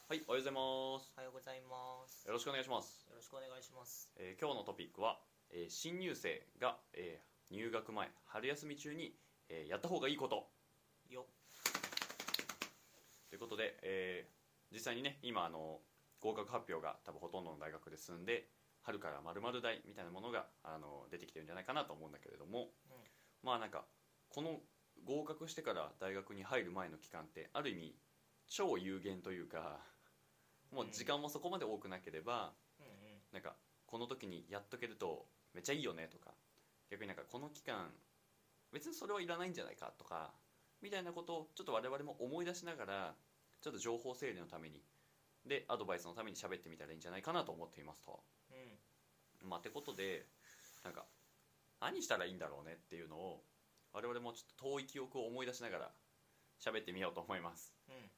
はい、おはようございます。 おはようございます。 よろしくお願いします。 よろしくお願いします。 今日のトピックは、新入生が、入学前、春休み中に、やった方がいいことよ。 ということで、実際にね、今合格発表が多分ほとんどの大学で済んで、春から〇〇大みたいなものが出てきてるんじゃないかなと思うんだけれども、まあなんかこの合格してから大学に入る前の期間ってある意味超有限というか、もう時間もそこまで多くなければ、なんかこの時にやっとけるとめっちゃいいよねとか、逆になんかこの期間別にそれはいらないんじゃないかとかみたいなことをちょっと我々も思い出しながら、ちょっと情報整理のためにでアドバイスのために喋ってみたらいいんじゃないかなと思っていますと。まあってことで、なんか何したらいいんだろうねっていうのを我々もちょっと遠い記憶を思い出しながら喋ってみようと思います。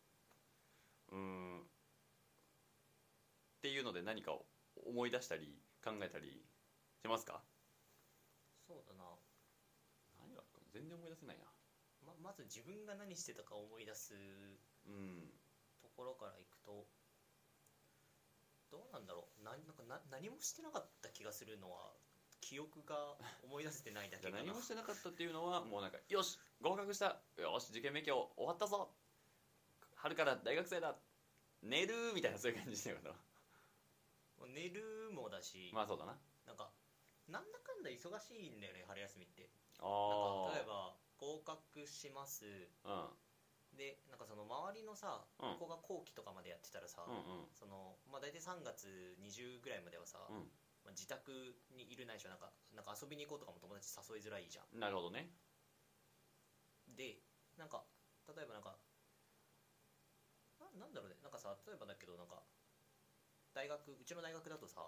っていうので何かを思い出したり考えたりしますか？ そうだな。 何があるか全然思い出せないな。 まず自分が何してたか思い出すところからいくと、どうなんだろう。なんか何もしてなかった気がするのは記憶が思い出せてないだけかな。 何もしてなかったっていうのはもうなんか、よし合格した、よし受験勉強終わったぞ、春から大学生だ、寝るみたいな、そういう感じだよな。 寝るもだし、 まあそうだな。 なんだかんだ忙しいんだよね、春休みって。 あ例えば合格します。 あ、 でその周りのさ、 うんここが後期とかまでやってたらさ、大体3月20ぐらいまではさ、自宅にいるないしは遊びに行こうとかも友達誘いづらいじゃん。 なるほどね。 で例えばなんだろうね、例えばだけどうちの大学だとさ、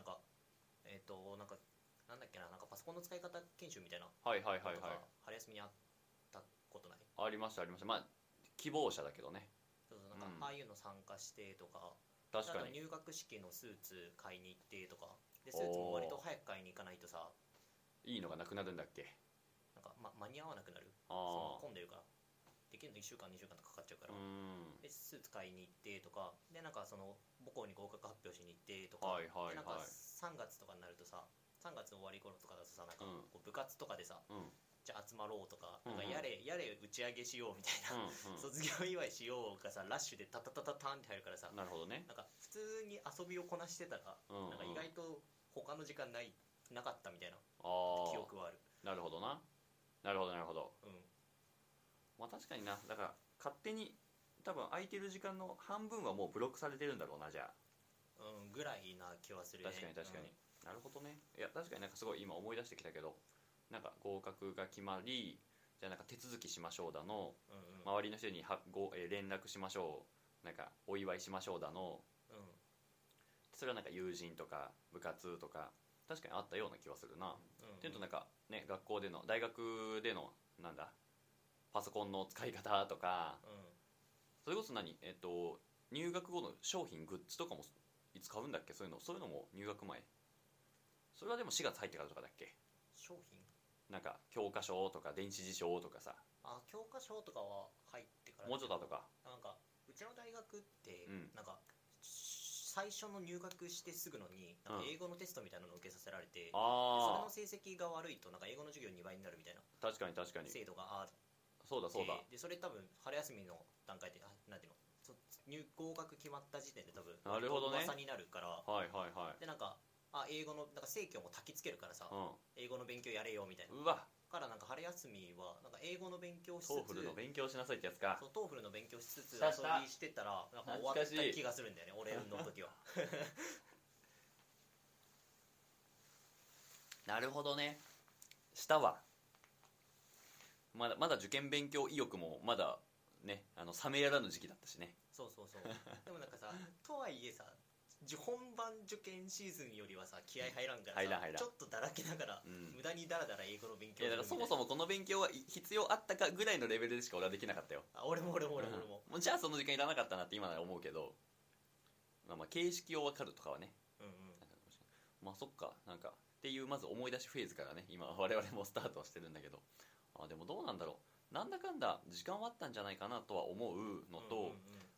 なんだっけな、パソコンの使い方研修みたいなはいはいはいはい、 とか春休みにあったことない？ ありましたありました。まあ希望者だけどね。 ああいうの参加してとか、 確かに。 入学式のスーツ買いに行ってとかで、スーツも割と早く買いに行かないとさ、 いいのがなくなるんだっけ？ 間に合わなくなる。混んでるから、できるの1週間2週間とかかっちゃうから。でスーツ買いに行ってとかで、その母校に合格発表しに行ってとか、 はいはいはい、 で3月とかになるとさ、3月の終わり頃とかだとさ、こう部活とかでさ、じゃあ集まろうとか、やれ打ち上げしようみたいな、卒業祝いしようがさ、ラッシュでタタタタタンって入るからさ、 なるほどね。 普通に遊びをこなしてたら、意外と他の時間なかったみたいな記憶はある。 なるほどな。なるほどなるほど。まあ確かにな。だから勝手に多分空いてる時間の半分はもうブロックされてるんだろうな、じゃあ。 ぐらいな気はするね。 確かに確かに、なるほどね。いや確かにすごい今思い出してきたけど、合格が決まり、じゃあ手続きしましょうだの、周りの人に連絡しましょう、お祝いしましょうだの、それは友人とか部活とか確かにあったような気はするな。っていうとね、学校での大学でのパソコンの使い方とか、それこそ入学後の商品グッズとかもいつ買うんだっけ？そういうのも入学前？それはでも4月入ってからとかだっけ？ 商品教科書とか電子辞書とかさ。 教科書とかは入ってから。 もうちょっと後か。 うちの大学って、最初の入学してすぐのに英語のテストみたいなのを受けさせられて、それの成績が悪いと英語の授業2倍になるみたいな確かに確かに制度があって、 そうだそうだ。 でそれ多分春休みの段階でなんていうの、合格決まった時点で多分なるほどね、 噂になるから。 はいはいはい。 で英語の生協も焚きつけるからさ、英語の勉強やれよみたいな。 うわ、 から春休みは英語の勉強しつつ、 トーフルの勉強しなさいってやつか。 そう、トーフルの勉強しつつ遊びしてたら終わった気がするんだよね、俺の時は。 なるほどね。したわ。まだ受験勉強意欲もまだね、冷めやらぬ時期だったしね。 そうでもさ、とはいえさ、本番受験シーズンよりはさ気合入らんからさ、 入らんちょっとだらけながら、無駄にだらだら英語の勉強するみたいな。 いやだからそもそもこの勉強は必要あったかぐらいのレベルでしか俺はできなかったよ。 俺ももうじゃあその時間いらなかったなって今なら思うけど、まあ形式を分かるとかはね。まあそっか、っていうまず思い出しフェーズからね、今我々もスタートはしてるんだけど、でもどうなんだろう、なんだかんだ時間はあったんじゃないかなとは思うのと、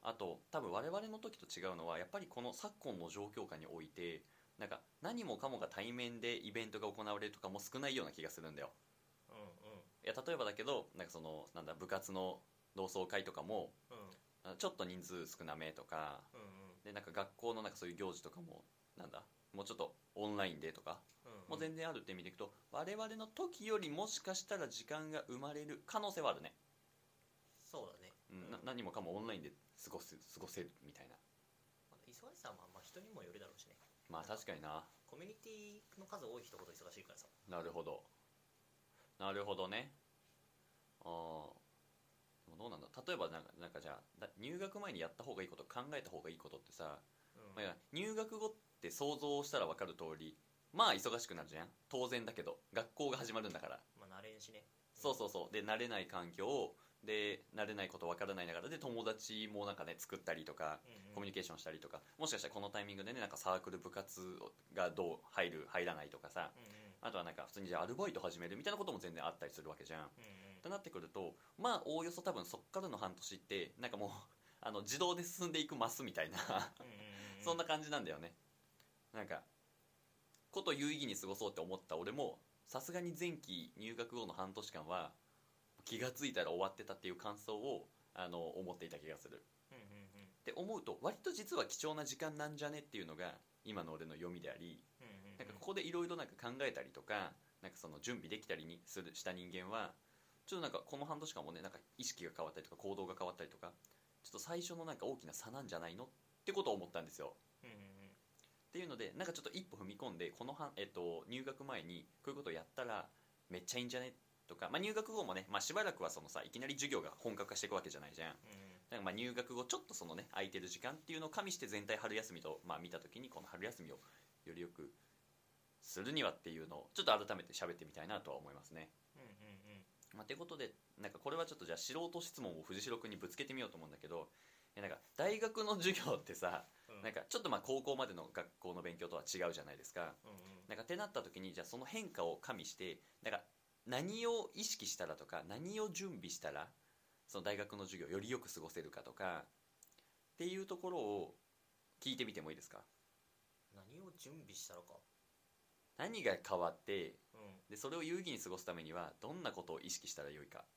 あと多分我々の時と違うのはやっぱりこの昨今の状況下においてなんか何もかもが対面でイベントが行われるとかも少ないような気がするんだよ。 うんうんいや例えばだけどなんかなんだ部活の同窓会とかもうんちょっと人数少なめとかうんでなんか学校のなんかそういう行事とかもなんだもうちょっとオンラインでとかもう全然あるって意味でいくと我々の時よりもしかしたら時間が生まれる可能性はあるね。 そうだね。 何もかもオンラインで過ごせるみたいな。 忙しさはまあ人にもよるだろうしね。 まあ確かにな。 コミュニティの数多い人ほど忙しいからさ。 なるほどなるほどね。ああでもどうなんだ例えばなんかじゃあ入学前にやった方がいいこと考えた方がいいことってさ、まあ、入学後って想像したら分かる通りまあ忙しくなるじゃん当然だけど学校が始まるんだから。 まあ慣れんしね。 そうそうそうで慣れない環境で慣れないこと分からないながらで友達もなんかね作ったりとかコミュニケーションしたりとかもしかしたらこのタイミングでねなんかサークル部活がどう入る入らないとかさあとはなんか普通にじゃあアルバイト始めるみたいなことも全然あったりするわけじゃん。となってくるとまあおおよそ多分そっからの半年ってなんかもう自動で進んでいくマスみたいなそんな感じなんだよね。なんかこと有意義に過ごそうって思った俺もさすがに前期入学後の半年間は気がついたら終わってたっていう感想を思っていた気がする。って思うと割と実は貴重な時間なんじゃねっていうのが今の俺の読みでありなんかここでいろいろ考えたりとかなんかその準備できたりした人間はちょっとなんかこの半年間もねなんか意識が変わったりとか行動が変わったりとかちょっと最初のなんか大きな差なんじゃないのってことを思ったんですよ。っていうのでなんかちょっと一歩踏み込んでこの入学前にこういうことをやったらめっちゃいいんじゃねとか、まあ、入学後もね、まあ、しばらくはそのさいきなり授業が本格化していくわけじゃないじゃん。だからまあ入学後ちょっとそのね空いてる時間っていうのを加味して全体春休みとまあ見た時にこの春休みをよりよくするにはっていうのをちょっと改めて喋ってみたいなとは思いますね。まあ、ということでなんかこれはちょっとじゃあ素人質問を藤代君にぶつけてみようと思うんだけどなんか大学の授業ってさなんかちょっとまあ高校までの学校の勉強とは違うじゃないですか。なんかってなった時にじゃあその変化を加味してなんか何を意識したらとか何を準備したらその大学の授業をよりよく過ごせるかとかっていうところを聞いてみてもいいですか。 何を準備したらか。 何が変わってでそれを有意義に過ごすためにはどんなことを意識したらよいか。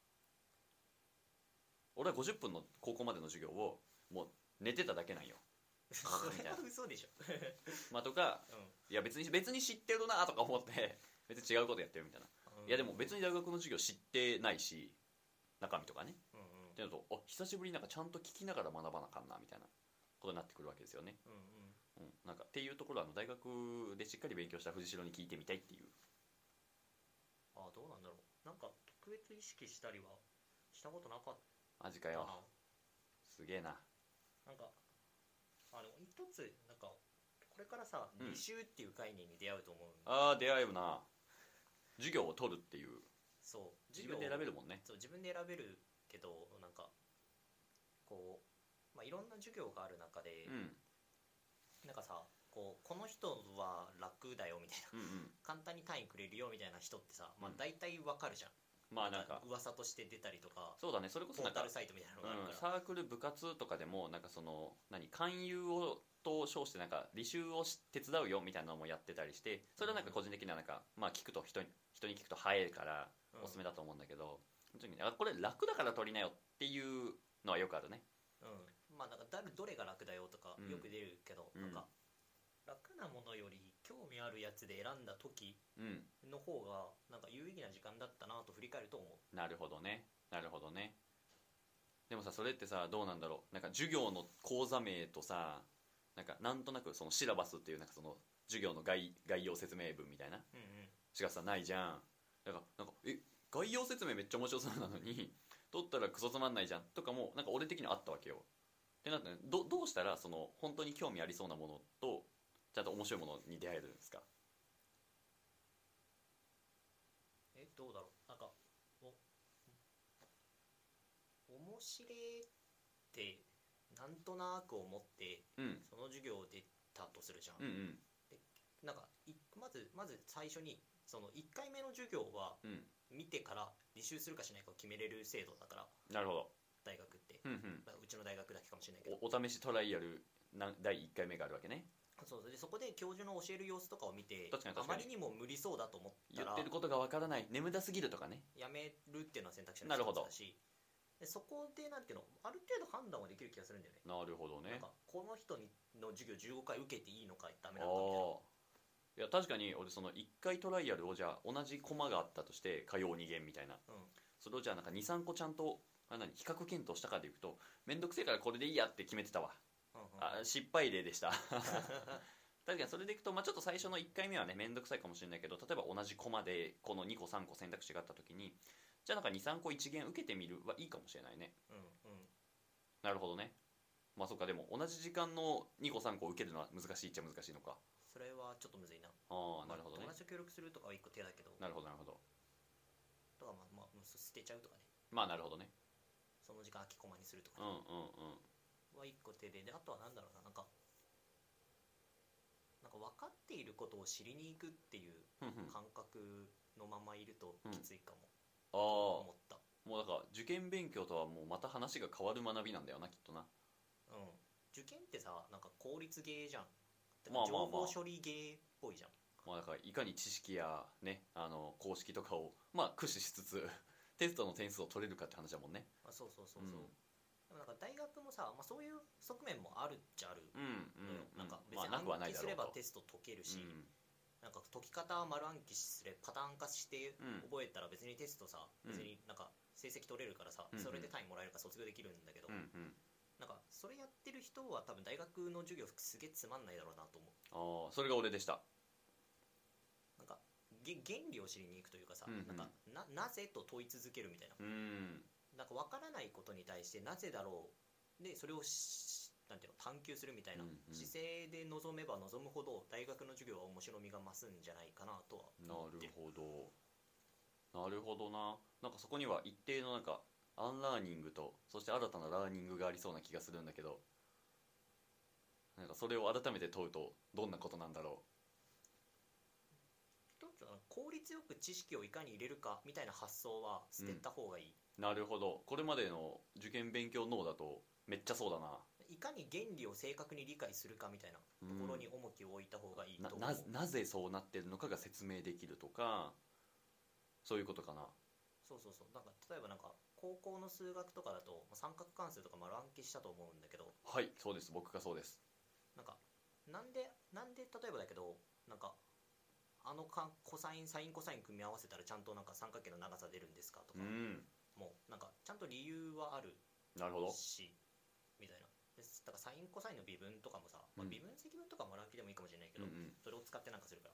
俺は50分の高校までの授業をもう寝てただけなんよそれは嘘でしょまあとか、いや別に知ってるなとか思って別に違うことやってるみたいな、いやでも別に大学の授業知ってないし中身とかね、ってなると久しぶりになんかちゃんと聞きながら学ばなあかんなみたいなことになってくるわけですよね。なんかっていうところは大学でしっかり勉強した藤代に聞いてみたいっていう。 どうなんだろう。なんか特別意識したりはしたことなかった。 マジかよ。すげえな。 なんか一つなんかこれからさ履修っていう概念に出会うと思う。 出会うな。授業を取るっていう。 そう自分で選べるもんね。 そう自分で選べるけどなんかこう、まあ、いろんな授業がある中で、なんかさこの人は楽だよみたいな、簡単に単位くれるよみたいな人ってさ、まあ、大体わかるじゃん。 まあなんか噂として出たりとか。 そうだね。それこそなんかポータルサイトみたいなのがあるから、 サークル部活とかでもなんか勧誘をと称してなんか履修を手伝うよみたいなのもやってたりして、それはなんか個人的ななんかまあ聞くと人に聞くと早いからおすすめだと思うんだけど、これ楽だから取りなよっていうのはよくあるね。 まあなんかどれが楽だよとかよく出るけど、なんか楽なものより興味あるやつで選んだ時の方がなんか有意義な時間だったなと振り返ると思う。 なるほどね。なるほどね。でもさそれってさどうなんだろう。なんか授業の講座名とさなんとなくそのシラバスっていうなんかその授業の概要説明文みたいなしかさないじゃん。だからなんか概要説明めっちゃ面白そうなのに取ったらクソつまんないじゃんとかもなんか俺的にはあったわけよ。ってなって、どうしたらその本当に興味ありそうなものとちゃんと面白いものに出会えるんですか。 どうだろう。なんか面白いってなんとなく思って、その授業出たとするじゃん。でなんかまず最初にその1回目の授業は見てから履修するかしないかを決めれる制度だから。 なるほど。 大学って、 うちの大学だけかお試しトライアル第1回目があるわけね。 そうで、そこで教授の教える様子とかを見て、 確かにあまりにも無理そうだと思ったら言ってることがわからない、眠たすぎるとかね、 やめるっていうのは選択肢の一つだし、でそこでなんていうの、ある程度判断はできる気がするんだよね。 なるほどね。 なんかこの人の授業15回受けていいのかダメなのかみたいな。 いや確かに俺その1回トライアルをじゃあ同じコマがあったとして火曜2限みたいな、それをじゃあなんか 2,3 個ちゃんと比較検討したかでいくとめんどくせえからこれでいいやって決めてたわ、失敗例でした確かにそれでいくと、ちょっと最初の1回目はねめんどくさいかもしれないけど、例えば同じコマでこの2個3個選択肢があった時にじゃあなんか 2,3 個1限受けてみるはいいかもしれないね。なるほどね。そうか、でも同じ時間の2個3個受けるのは難しいっちゃ難しいのか。 それはちょっとむずいな。 なるほどね。 友達と協力するとかは1個手だけど、 なるほどなるほど。 とか捨てちゃうとかね、 なるほどね。 その時間空きコマにするとか、は1個手で、あとはなんだろうな、なんか分かっていることを知りに行くっていう感覚のままいるときついかも、思った。 もうだから受験勉強とはもうまた話が変わる学びなんだよなきっとな。 受験ってさ、なんか効率ゲーじゃん。情報処理ゲーっぽいじゃん。 だからいかに知識やね公式とかを駆使しつつテストの点数を取れるかって話だもんね。 そう、でもなんか大学もさ、そういう側面もあるっちゃあるのよ。なんか別に暗記すればテスト解けるし、なんか解き方は丸暗記すれパターン化して覚えたら別にテストさ、別になんか成績取れるからさ、それで単位もらえるから卒業できるんだけど、なんかそれやってる人は多分大学の授業すげえつまんないだろうなと思う。 それが俺でした。 なんか原理を知りに行くというかさ、なんかなぜと問い続けるみたいな、なんか分からないことに対してなぜだろうでそれをなんていうの探求するみたいな姿勢で臨めば臨むほど大学の授業は面白みが増すんじゃないかなとは思ってる。 なるほどな。なんかそこには一定のなんかアンラーニングとそして新たなラーニングがありそうな気がするんだけど、なんかそれを改めて問うとどんなことなんだろう。一つは効率よく知識をいかに入れるかみたいな発想は捨てた方がいい。 なるほど。これまでの受験勉強脳だとめっちゃそうだな。 いかに原理を正確に理解するかみたいなところに重きを置いた方がいいと思う。 なぜそうなってるのかが説明できるとか、そういうことかな。 そう。なんか例えばなんか高校の数学とかだと三角関数とか丸暗記したと思うんだけど。 はい、そうです。僕がそうです。 なんで例えばだけど、なんかコサインサインコサイン組み合わせたらちゃんとなんか三角形の長さ出るんですかとか、もうなんかちゃんと理由はあるし。 なるほど。 みたいな。だからサインコサインの微分とかもさ、微分積分とか丸暗記でもいいかもしれないけど、それを使ってなんかするから、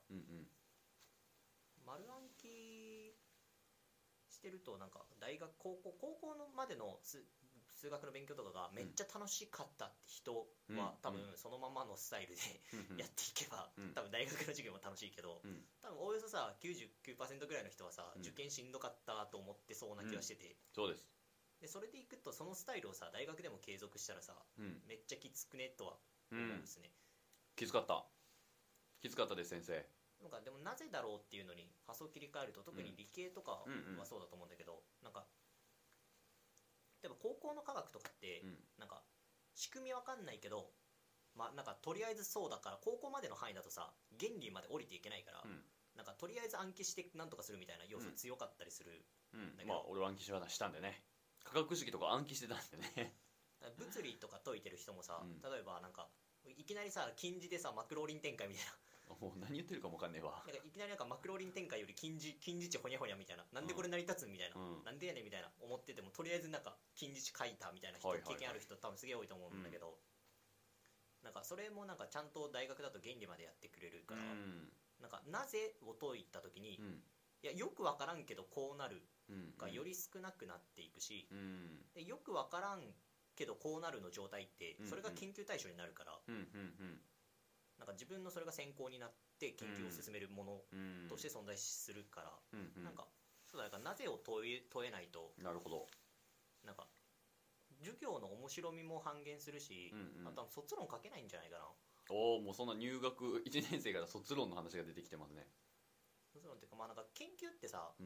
丸暗記してるとなんか高校のまでの数学の勉強とかがめっちゃ楽しかったって人は、多分そのままのスタイルでやっていけば、多分大学の授業も楽しいけど、多分おおよそさ 99% ぐらいの人はさ、受験しんどかったと思ってそうな気はしてて、 そうです。 でそれでいくとそのスタイルをさ大学でも継続したらさ、めっちゃきつくねとは思うんですね。 きつかったです先生。 なんかでもなぜだろうっていうのに発想を切り替えると、特に理系とかはそうだと思うんだけど、なんか例えば高校の科学とかって、なんか仕組みわかんないけど、なんかとりあえずそうだから高校までの範囲だとさ原理まで降りていけないから、なんかとりあえず暗記してなんとかするみたいな要素強かったりするんだけど、 俺は暗記したんでね。化学式とか暗記してたんでね物理とか解いてる人もさ、例えばなんかいきなりさ近似でさマクローリン展開みたいなもう何言ってるかもわかんねえわ。 なんかいきなりなんかマクローリン展開より近似値ほにゃほにゃみたいな、なんでこれ成り立つみたいな、なんでやねんみたいな思ってても、とりあえずなんか近似値書いたみたいな人、経験ある人多分すげえ多いと思うんだけど、なんかそれもなんかちゃんと大学だと原理までやってくれるから、なんかなぜを解いた時に、いやよく分からんけどこうなるがより少なくなっていくし、でよく分からんけどこうなるの状態ってそれが研究対象になるから、なんか自分のそれが先行になって研究を進めるものとして存在するから、なんかそうだからなぜを問えないと、 なるほど、 なんか授業の面白みも半減するし、あとは卒論書けないんじゃないかな。 もうそんな入学1年生から卒論の話が出てきてますね。 卒論っていうか、なんか研究ってさ、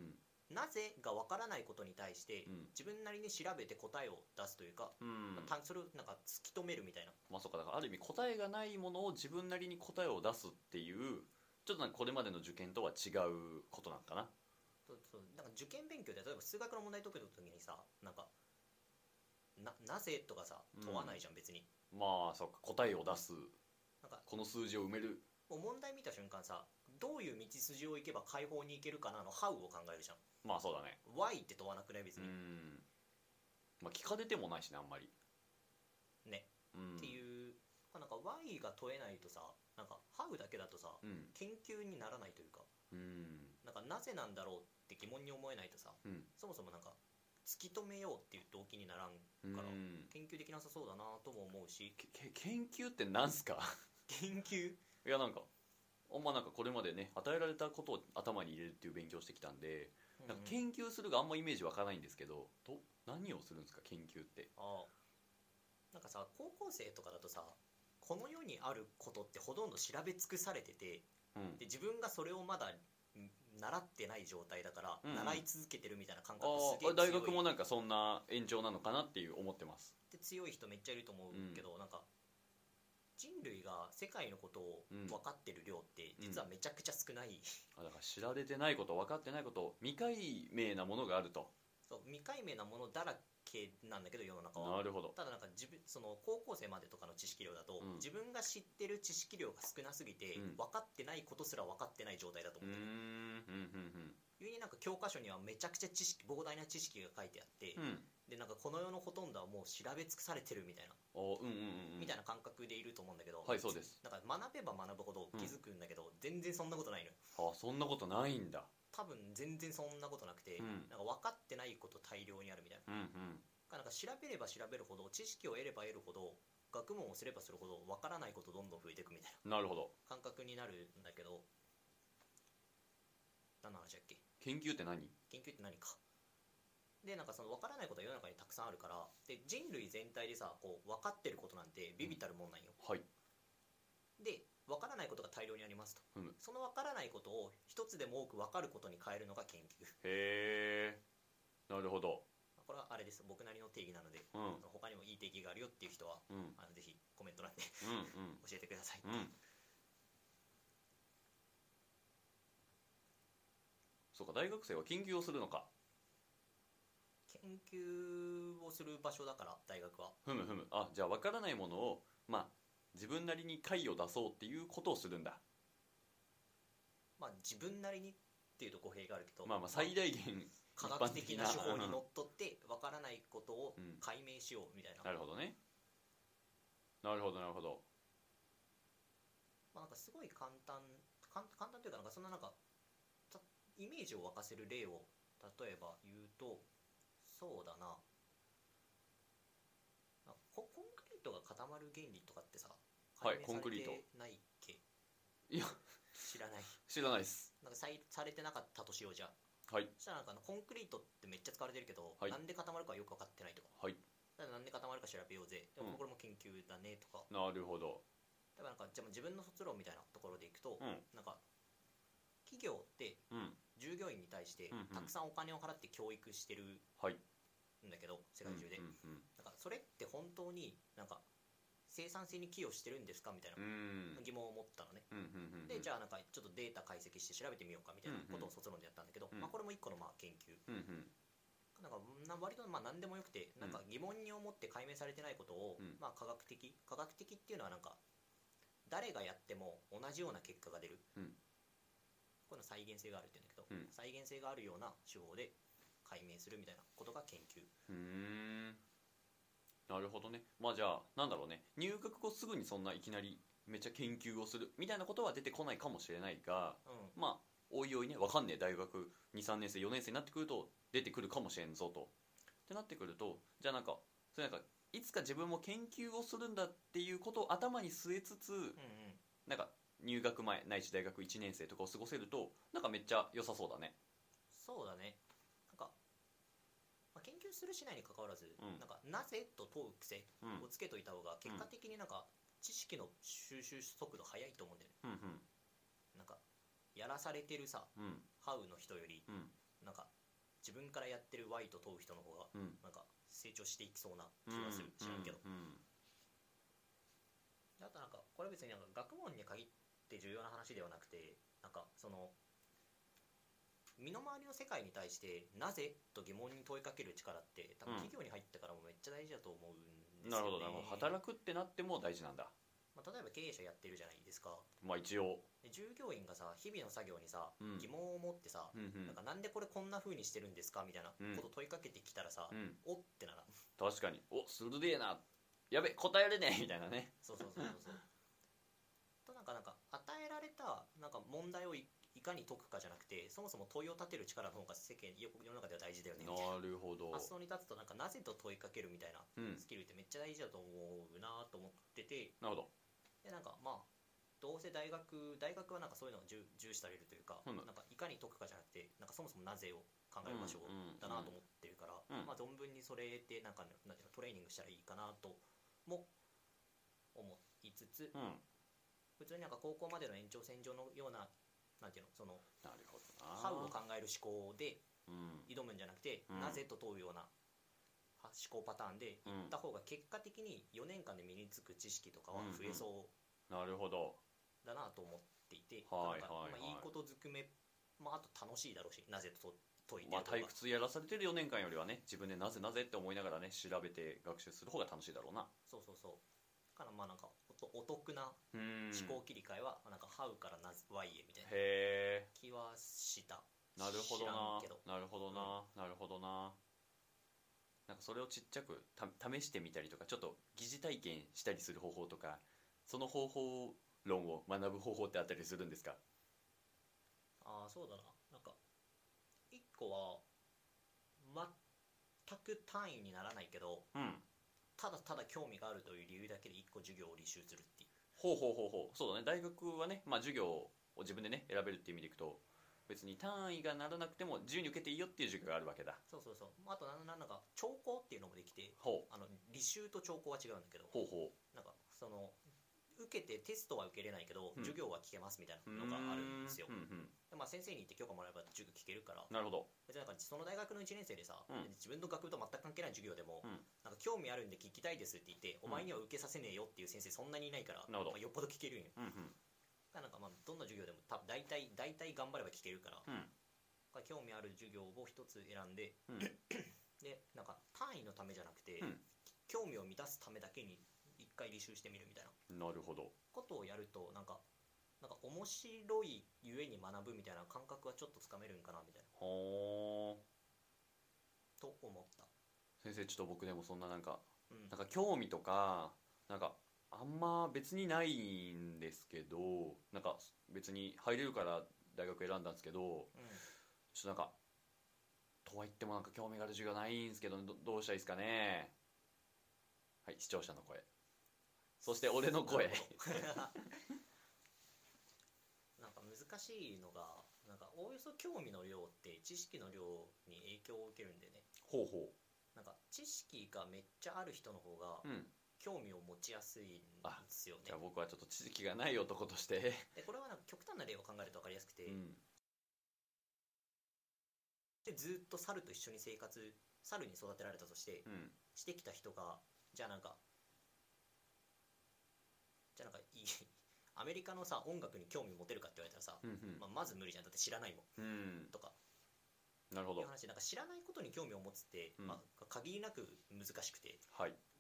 なぜが分からないことに対してうん自分なりに調べて答えを出すというか、 うんそれをなんか突き止めるみたいな。 まあそうか、だからある意味答えがないものを自分なりに答えを出すっていうちょっとなんかこれまでの受験とは違うことなんかな。 そうなんか受験勉強で例えば数学の問題解く時にさ、なんかなぜとかさ問わないじゃん、別に。 まあそうか、答えを出す、 なんかこの数字を埋める。 もう問題見た瞬間さ、どういう道筋を行けば解放に行けるかなの How を考えるじゃん。 まあそうだね。 Why って問わなくない別うに。 んまあ聞かれてもないしね、あんまり。 ね、 うんっていうなんか Why が問えないとさ、なんか How だけだとさ、 うん研究にならないというか、 うんなんかなぜなんだろうって疑問に思えないとさ、 うんそもそもなんか突き止めようっていう動機にならんから、研究できなさそうだなとも思うし。 研究ってなんすか？ 研究いやなんかあんまなんかこれまでね与えられたことを頭に入れるっていう勉強をしてきたんで、なんか研究するがあんまイメージ湧かないんですけど、何をするんですか研究って。 なんかさ、高校生とかだとさ、この世にあることってほとんど調べ尽くされてて、で自分がそれをまだ習ってない状態だから、習い続けてるみたいな感覚すげえ強い。 大学もなんかそんな延長なのかなっていう思ってます。 で強い人めっちゃいると思うけど、なんか人類が世界のことを分かってる量って実はめちゃくちゃ少ない、 だから知られてないこと、分かってないこと、未解明なものがあると。 そう未解明なものだらけなんだけど世の中は。 なるほど。 ただなんかその高校生までとかの知識量だと、自分が知ってる知識量が少なすぎて、分かってないことすら分かってない状態だと思ってる。故になんか教科書にはめちゃくちゃ膨大な知識が書いてあって、でなんかこの世のほとんどはもう調べ尽くされてるみたいな、みたいな感覚でいると思うんだけど、 はい、そうです。 なんか学べば学ぶほど気づくんだけど、全然そんなことないのよ。 そんなことないんだ。 多分全然そんなことなくて、なんか分かってないこと大量にあるみたいな。なんか調べれば調べるほど、知識を得れば得るほど、学問をすればするほど分からないことどんどん増えていくみたいな。 なるほど。 感覚になるんだけど、何の話だっけ？ 研究って何？ 研究って何か。でなんかその分からないことは世の中にたくさんあるから、で人類全体でさこう分かってることなんてビビたるもんなんよ。 はい。 で分からないことが大量にありますと、その分からないことを一つでも多く分かることに変えるのが研究。 へえ、なるほど。 これはあれです、僕なりの定義なので、他にもいい定義があるよっていう人は、ぜひコメント欄で教えてください。 そうか、大学生は研究をするのか。 研究をする場所だから大学は。 じゃあ分からないものを自分なりに解を出そうっていうことをするんだ。 自分なりにっていうと語弊があるけど、 最大限科学的な手法にのっとって分からないことを解明しようみたいな。 なるほどね。なるほどなるほど。 なんかすごい簡単というか、なんかそんななんかイメージを沸かせる例を例えば言うと、そうだな、コンクリートが固まる原理とかってさ、 はい、コンクリートないっけ？ いや知らない。 知らないです。 なんかされてなかったとしようじゃ。 はい。 そしたらなんかコンクリートってめっちゃ使われてるけど、なんで固まるかよく分かってないとか。 はい。 だからなんで固まるか調べようぜ。でもこれも研究だねとか。 なるほど。 だからなんかじゃあ自分の卒論みたいなところでいくと、なんか企業って従業員に対してたくさんお金を払って教育してるんだけど、世界中で。なんかそれって本当になんか生産性に寄与してるんですかみたいな疑問を持ったのね。でじゃあなんかちょっとデータ解析して調べてみようかみたいなことを卒論でやったんだけど、これも一個の研究。なんか割と何でもよくて、なんか疑問に思って解明されてないことを科学的っていうのはなんか誰がやっても同じような結果が出る、こういうの再現性があるって言うんだけど、再現性があるような手法で解明するみたいなことが研究。 なるほどね。じゃあなんだろうね、入学後すぐにそんないきなりめっちゃ研究をするみたいなことは出てこないかもしれないが、おいおいね、分かんねえ大学 2,3 年生4年生になってくると出てくるかもしれんぞと。ってなってくると、じゃあなんかそれなんかいつか自分も研究をするんだっていうことを頭に据えつつ、なんか入学前ないし大学1年生とかを過ごせるとなんかめっちゃ良さそうだね。 そうだね。なんか、研究するしないにかかわらず、なんかなぜと問う癖をつけといた方が結果的になんか知識の収集速度速いと思うんだよね。なんかやらされてるさ、ハウの人よりなんか自分からやってる Y と問う人の方がなんか成長していきそうな気がする、知らんけど、あとなんかこれ別になんか学問に限って重要な話ではなくて、なんかその身の回りの世界に対してなぜと疑問に問いかける力って多分企業に入ってからもめっちゃ大事だと思うんですよね。 なるほどなるほど。働くってなっても大事なんだ。 まあ、例えば経営者やってるじゃないですか。 まあ一応で従業員がさ日々の作業にさ、 うん疑問を持ってさ、なんでこれこんな風にしてるんですかみたいなこと問いかけてきたらさ、おってなら確かに、お鋭えな、やべ答えれねえみたいなね。 そうとなんか与えられたなんか問題をいかに解くかじゃなくて、そもそも問いを立てる力の方が世の中では大事だよねみたいな。 なるほど。 発想に立つとなんかなぜと問いかけるみたいなスキルってめっちゃ大事だと思うなと思ってて、 なるほど。 でなんかまあどうせ大学はなんかそういうのを重視されるというか、なんかいかに解くかじゃなくてなんかそもそもなぜを考える場所だなと思ってるから、まあ存分にそれでなんていうのトレーニングしたらいいかなとも思いつつ、普通になんか高校までの延長線上のようななんていうのそのなるほどな。 ハウを考える思考で挑むんじゃなくて、なぜと問うような思考パターンでいった方が結果的に4年間で身につく知識とかは増えそうなるほどだなと思っていて、 はいいいことずくめ、あと楽しいだろうし、なぜと解いてまあ退屈やらされてる4年間よりはね、自分でなぜって思いながらね調べて学習する方が楽しいだろうな。 そうだからまあなんかお得な思考切り替えはなんかハウからなぜ Y へみたいな気はした。 なるほどな。なるほどな、 うん、 なるほどな。なんかそれをちっちゃく試してみたりとか、ちょっと疑似体験したりする方法とか、その方法論を学ぶ方法ってあったりするんですか？ ああそうだな。なんか1個は全く単位にならないけど、ただただ興味があるという理由だけで1個授業を履修するっていう。 ほうそうだね。大学はね、まあ授業を自分でね選べるっていう意味でいくと、別に単位がならなくても自由に受けていいよっていう授業があるわけだ。 そうあとなんか聴講っていうのもできて、履修と聴講は違うんだけど、なんかその受けてテストは受けれないけど、授業は聞けますみたいなのがあるんですよ。でまあ、先生に言って許可もらえば授業聞けるから。 なるほど。 別になんかその大学の1年生でさ、自分の学部と全く関係ない授業でも、なんか興味あるんで聞きたいですって言って、お前には受けさせねえよっていう先生そんなにいないから、まあ、よっぽど聞けるんよ。なんかまあどんな授業でも大体頑張れば聞けるから、興味ある授業を一つ選んで、でなんか単位のためじゃなくて、興味を満たすためだけに一回履修してみるみたいな。 なるほど。 ことをやるとなんか面白いゆえに学ぶみたいな感覚はちょっとつかめるんかなみたいな。と思った。 先生ちょっと僕でもそんななんか興味とかなんかあんま別にないんですけど、なんか別に入れるから大学選んだんですけど、ちょっとなんかとは言ってもなんか興味がある授業ないんですけど、どうしたらいいですかね。はい、視聴者の声、そして俺の声なんか難しいのが、なんかおおよそ興味の量って知識の量に影響を受けるんでね。なんか知識がめっちゃある人の方が興味を持ちやすいんですよね。 じゃあ僕はちょっと知識がない男としてでこれはなんか極端な例を考えると分かりやすくて、でずっと猿と一緒に猿に育てられたとして、してきた人がじゃあなんかいいアメリカのさ音楽に興味持てるかって言われたらさ、まず無理じゃん。だって知らないもん、とか。 なるほど。 いう話。なんか知らないことに興味を持つって、限りなく難しくて、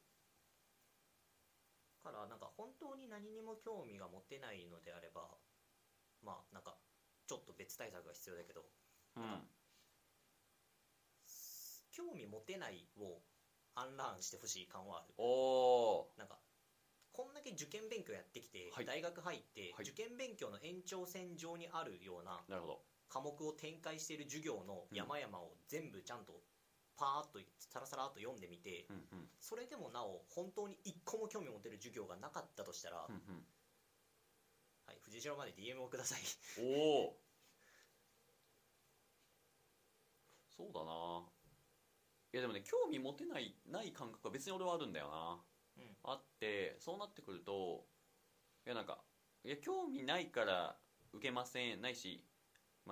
からなんか本当に何にも興味が持てないのであれば、まあなんかちょっと別対策が必要だけど、興味持てないをアンラーンしてほしい感はある。なんかこんだけ受験勉強やってきて、大学入って、受験勉強の延長線上にあるような科目を展開している授業の山々を全部ちゃんとパーッとサラサラっと読んでみて、それでもなお本当に一個も興味を持てる授業がなかったとしたら、はい、藤代まで DM をください。 そうだな。いやでもね、興味持てない感覚は別に俺はあるんだよな。あって、そうなってくると、興味ないから受けませんないし、まあ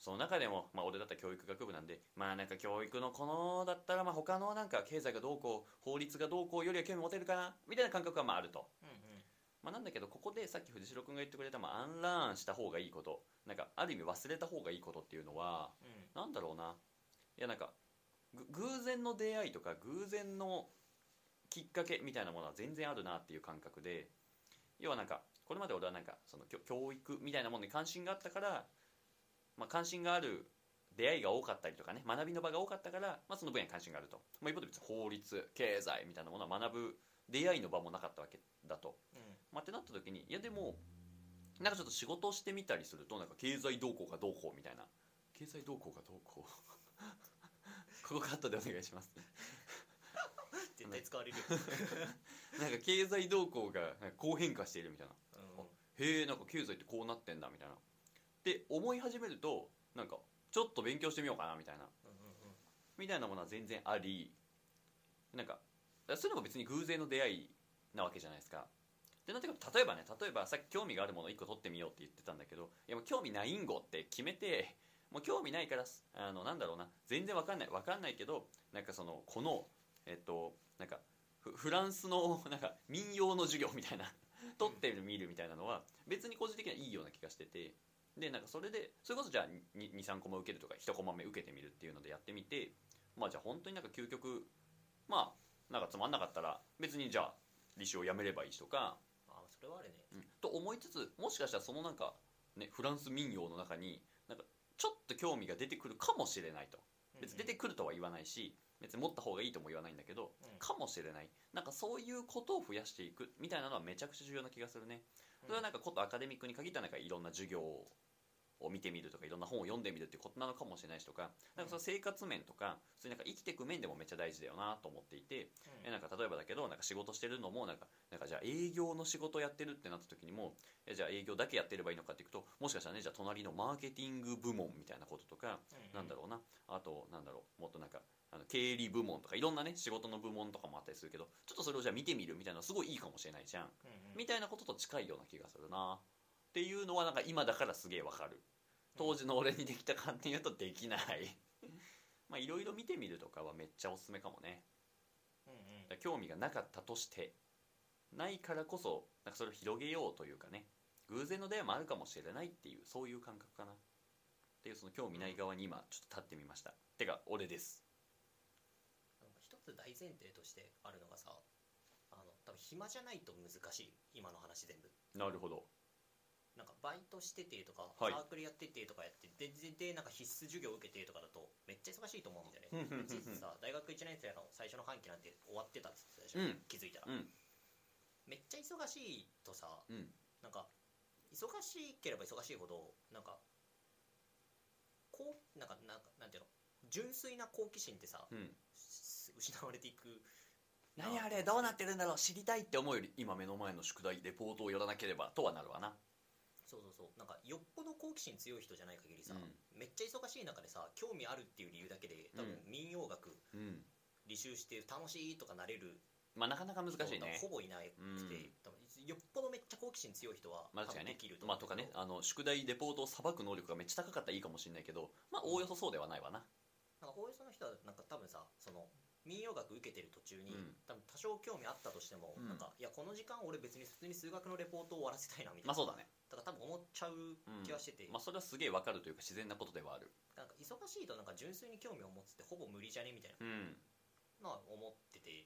その中でも、俺だったら教育学部なんで、なんか教育のこのだったら、他のなんか経済がどうこう法律がどうこうよりは興味持てるかなみたいな感覚はあると、なんだけどここでさっき藤代君が言ってくれた、アンラーンした方がいいこと、なんかある意味忘れた方がいいことっていうのは、なんだろうな、いやなんか偶然の出会いとか偶然のきっかけみたいなものは全然あるなっていう感覚で、要はなんかこれまで俺はなんかその教育みたいなものに関心があったから、関心がある出会いが多かったりとかね、学びの場が多かったから、その分野に関心があると、一方で別に法律経済みたいなものは学ぶ出会いの場もなかったわけだと、ってなった時に、いやでもなんかちょっと仕事をしてみたりすると、なんか経済動向がどうこうみたいな、経済動向がどうこうここカットでお願いします絶対使われるなんか経済動向がこう変化しているみたいな、へえ、なんか経済ってこうなってんだみたいなって思い始めると、なんかちょっと勉強してみようかなみたいな、みたいなものは全然あり、なんかそういうのも別に偶然の出会いなわけじゃないですか。でなんていうか、例えばさっき興味があるものを1個取ってみようって言ってたんだけど、いやもう興味ないんごって決めて、もう興味ないからなんだろうな、全然わかんないけど、なんかそのこのなんかフランスのなんか民謡の授業みたいな取ってみるみたいなのは別に個人的にはいいような気がしてて、でなんかそれこそじゃあ 2,3 コマ受けるとか1コマ目受けてみるっていうのでやってみて、じゃあ本当になんか究極なんかつまんなかったら別にじゃあ履修をやめればいいしとか、 それはあるね、 と思いつつ、もしかしたらそのなんかねフランス民謡の中になんかちょっと興味が出てくるかもしれないと、別に出てくるとは言わないし、別に持った方がいいとも言わないんだけど、かもしれない、なんかそういうことを増やしていくみたいなのはめちゃくちゃ重要な気がするね。それはなんかことアカデミックに限ったなんかいろんな授業を見てみるとか、いろんな本を読んでみるっていうことなのかもしれないしとか、なんかその生活面とかそういうなんか生きていく面でもめっちゃ大事だよなと思っていて、なんか例えばだけどなんか仕事してるのもなんかじゃあ営業の仕事をやってるってなった時にも、じゃあ営業だけやってればいいのかっていくと、もしかしたらね、じゃあ隣のマーケティング部門みたいなこととか、なんだろうな、あとなんだろう、もっとなんか経理部門とかいろんなね仕事の部門とかもあったりするけど、ちょっとそれをじゃあ見てみるみたいなのすごいいいかもしれないじゃん、みたいなことと近いような気がするなっていうのは、なんか今だからすげえわかる。当時の俺にできたかっていうとできないいろいろ見てみるとかはめっちゃおすすめかもね、興味がなかったとしてないからこそ、なんかそれを広げようというかね、偶然の出会いもあるかもしれないっていう、そういう感覚かなっていう、その興味ない側に今ちょっと立ってみました。てか俺です。 一つ大前提としてあるのがさ、多分暇じゃないと難しい、今の話全部。 なるほど。 なんかバイトしててとか、 はい、 サークルやっててとかやってでなんか必須授業受けてとかだとめっちゃ忙しいと思うんだよね実際さ、大学1年生の最初の半期なんて終わってたって言ってたでしょ、気づいたら、めっちゃ忙しいとさ、なんか忙しければ忙しいほどなんかこうなんていうの、純粋な好奇心ってさ、失われていく。 何あれどうなってるんだろう知りたいって思うより、今目の前の宿題レポートをやらなければとはなるわな。 そうなんかよっぽど好奇心強い人じゃない限りさ、めっちゃ忙しい中でさ興味あるっていう理由だけで多分民謡楽、履修して楽しいとかなれる、 なかなか難しいね。 ほぼいなくて、多分よっぽどめっちゃ好奇心強い人は多分できると思う。 とかね、宿題レポートをさばく能力がめっちゃ高かったらいいかもしれないけど、おおよそそうではないわな。 なんかおおよその人はなんか多分さ、その民謡楽受けてる途中に、多分多少興味あったとしても、なんかいやこの時間俺別に普通に数学のレポートを終わらせたいなみたいな、 そうだね、 だから多分思っちゃう気はしてて、 それはすげえわかるというか自然なことではある。 なんか忙しいとなんか純粋に興味を持つってほぼ無理じゃねみたいなのは思ってて、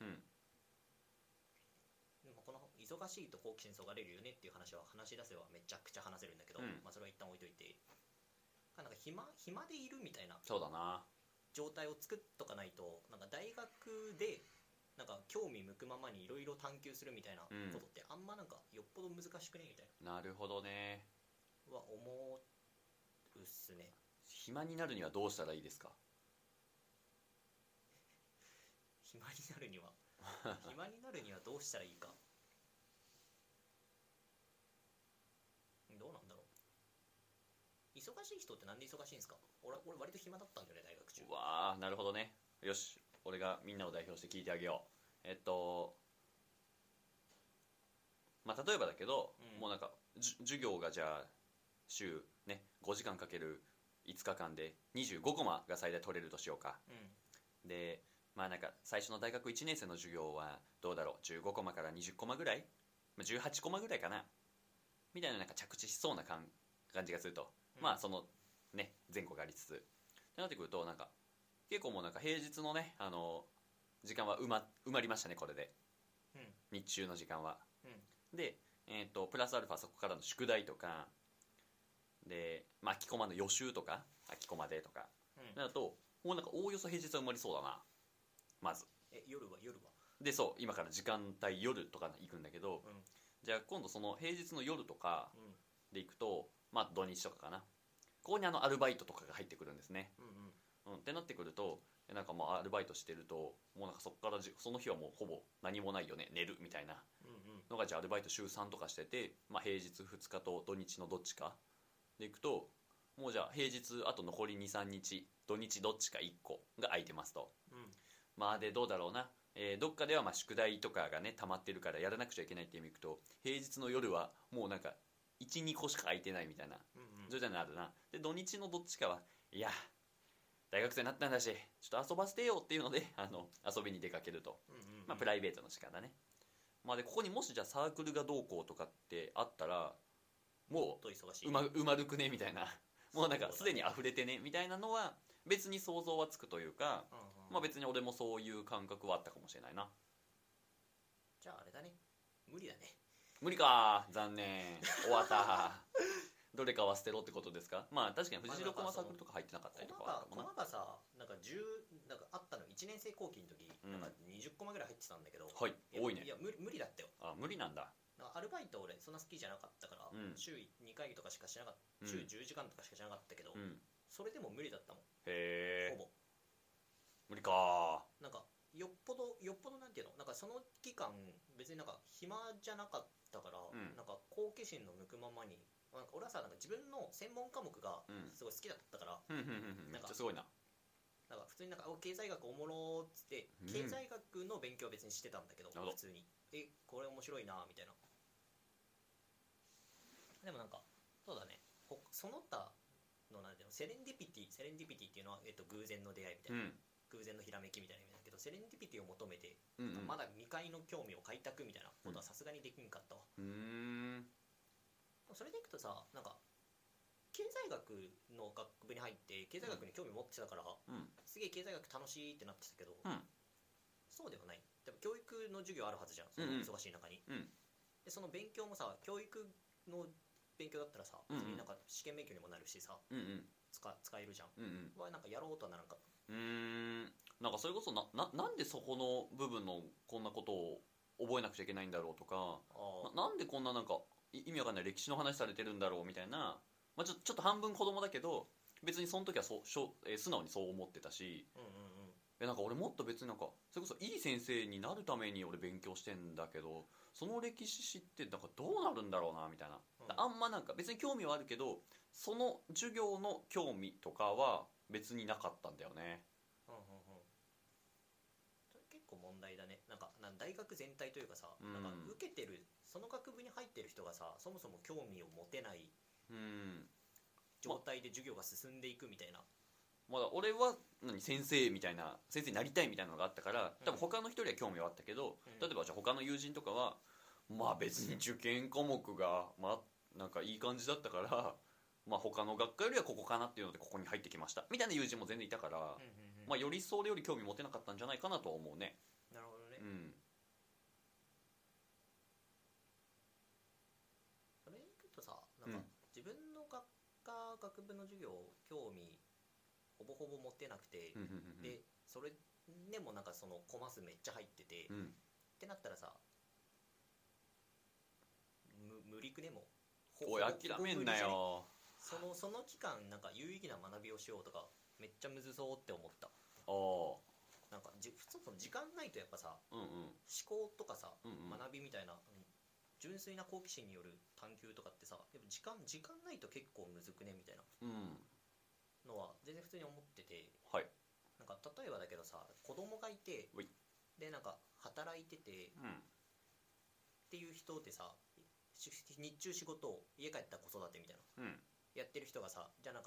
でもこの忙しいと好奇心そがれるよねっていう話は話し出せばめちゃくちゃ話せるんだけど、それは一旦置いといて、なんか暇でいるみたいな、 そうだな、 状態を作っとかないと、なんか大学でなんか興味向くままにいろいろ探求するみたいなことってあんまなんかよっぽど難しくねみたいな。なるほどね。 は思うっすね。 暇になるにはどうしたらいいですか？ 暇になるにはどうしたらいいか。どうなんだろう。忙しい人ってなんで忙しいんですか？俺割と暇だったんだよね、大学中。 うわー、なるほどね。よし、俺がみんなを代表して聞いてあげよう。例えばだけど、もうなんか授業がじゃあ週ね5時間かける 5日間で25コマが最大取れるとしようか。でまあなんか最初の大学1年生の授業はどうだろう、15コマから20コマぐらい、18コマぐらいかなみたいな、なんか着地しそうな感じがすると、まあそのね前後がありつつってなってくると、なんか結構もうなんか平日のね時間は埋まりましたねこれで、日中の時間は。でプラスアルファそこからの宿題とかで、まあ、空きコマの予習とか空きコマでとかなると、もうなんかおおよそ平日は埋まりそうだな。まず夜はで、そう今から時間帯夜とか行くんだけど、じゃあ今度その平日の夜とかで行くと、まあ土日とかかな、ここにアルバイトとかが入ってくるんですね。ってなってくると、なんかまあアルバイトしてると、もうなんかそこからその日はもうほぼ何もないよね、寝るみたいなのが、じゃあアルバイト週3とかしてて、まあ、平日2日と土日のどっちかで行くと、もうじゃあ平日あと残り 2,3 日土日どっちか1個が空いてますと、まあでどうだろうな、どっかではまあ宿題とかがね溜まってるからやらなくちゃいけないって意味いくと、平日の夜はもうなんか 1,2 個しか空いてないみたいな状態になるな。で土日のどっちかは、いや大学生になったんだしちょっと遊ばせてよっていうので遊びに出かけると、まあプライベートの時間だね。まあでここにもしじゃあサークルがどうこうとかってあったら、もう埋まるくねみたいな、もうなんかすでに溢れてねみたいなのは別に想像はつくというか、まあ別に俺もそういう感覚はあったかもしれないな。 じゃああれだね、無理だね。 無理か、残念、終わったどれかは捨てろってことですか。まあ確かに藤代駒サークルとか入ってなかったりとか、 コマがさ、なんかなんかあったの1年生後期の時、なんか20コマぐらい入ってたんだけど、 はい、多いね。 いや無理だったよ。 あ、無理なんだ。 アルバイト俺そんな好きじゃなかったから、週2回とかしかしなかった、週10時間とかしかしなかったけど、それでも無理だったもん。 へえ、 ほぼ無理か。 なんかよっぽどなんていうの、なんかその期間別になんか暇じゃなかったから、なんか好奇心の向くままに、なんか俺はさ、なんか自分の専門科目がすごい好きだったから、 めっちゃすごいな。 なんか普通になんか経済学おもろっつって、経済学の勉強は別にしてたんだけど、普通にこれ面白いなみたいな。でもなんかそうだね、その他のなんていうの、セレンディピティっていうのは、偶然の出会いみたいな、偶然のひらめきみたいな意味だけど、セレンディピティを求めて、まだ未開の興味を開拓みたいなことはさすがにできんかったわ。それでいくとさ、なんか経済学の学部に入って経済学に興味持ってたから、すげえ経済学楽しいってなってたけど、そうではない。でも教育の授業あるはずじゃん、その忙しい中に。でその勉強もさ、教育の勉強だったらさ、別になんか試験勉強にもなるしさ、使えるじゃん。なんかやろうとはならんかった。 なんかそれこそなんでそこの部分のこんなことを覚えなくちゃいけないんだろうとか、なんでこんななんか意味わかんない歴史の話されてるんだろうみたいな、まあ、ちょっと半分子供だけど別にその時は素直にそう思ってたし、なんか俺もっと別になんかそれこそいい先生になるために俺勉強してんだけど、その歴史知ってなんかどうなるんだろうなみたいな、あんまなんか別に興味はあるけどその授業の興味とかは別になかったんだよね。 結構問題だね。なんか大学全体というかさ、なんか受けてるその学部に入ってる人がさ、そもそも興味を持てない状態で授業が進んでいくみたいな。 まだ俺は先生みたいな、先生になりたいみたいなのがあったから、多分他の人には興味はあったけど、例えばじゃあ他の友人とかはまあ別に受験科目がまあなんかいい感じだったから、まあ他の学科よりはここかなっていうのでここに入ってきましたみたいな友人も全然いたから、まあよりそれより興味持てなかったんじゃないかなとは思うね。 なるほどね。それでいくとさ、なんか自分の学部の授業興味ほぼほぼ持ってなくて、でそれでもなんかそのコマ数めっちゃ入ってて、ってなったらさ、無理くねもおい諦めんなよ。 その期間なんか有意義な学びをしようとかめっちゃむずそうって思った。なんか普通その時間ないとやっぱさ、思考とかさ、学びみたいな純粋な好奇心による探求とかってさ、やっぱ時間ないと結構むずくねみたいなのは全然普通に思ってて、なんか例えばだけどさ、子供がいてでなんか働いてて、っていう人でさ、日中仕事、家帰ったら子育てみたいな、やってる人がさ、じゃあなんか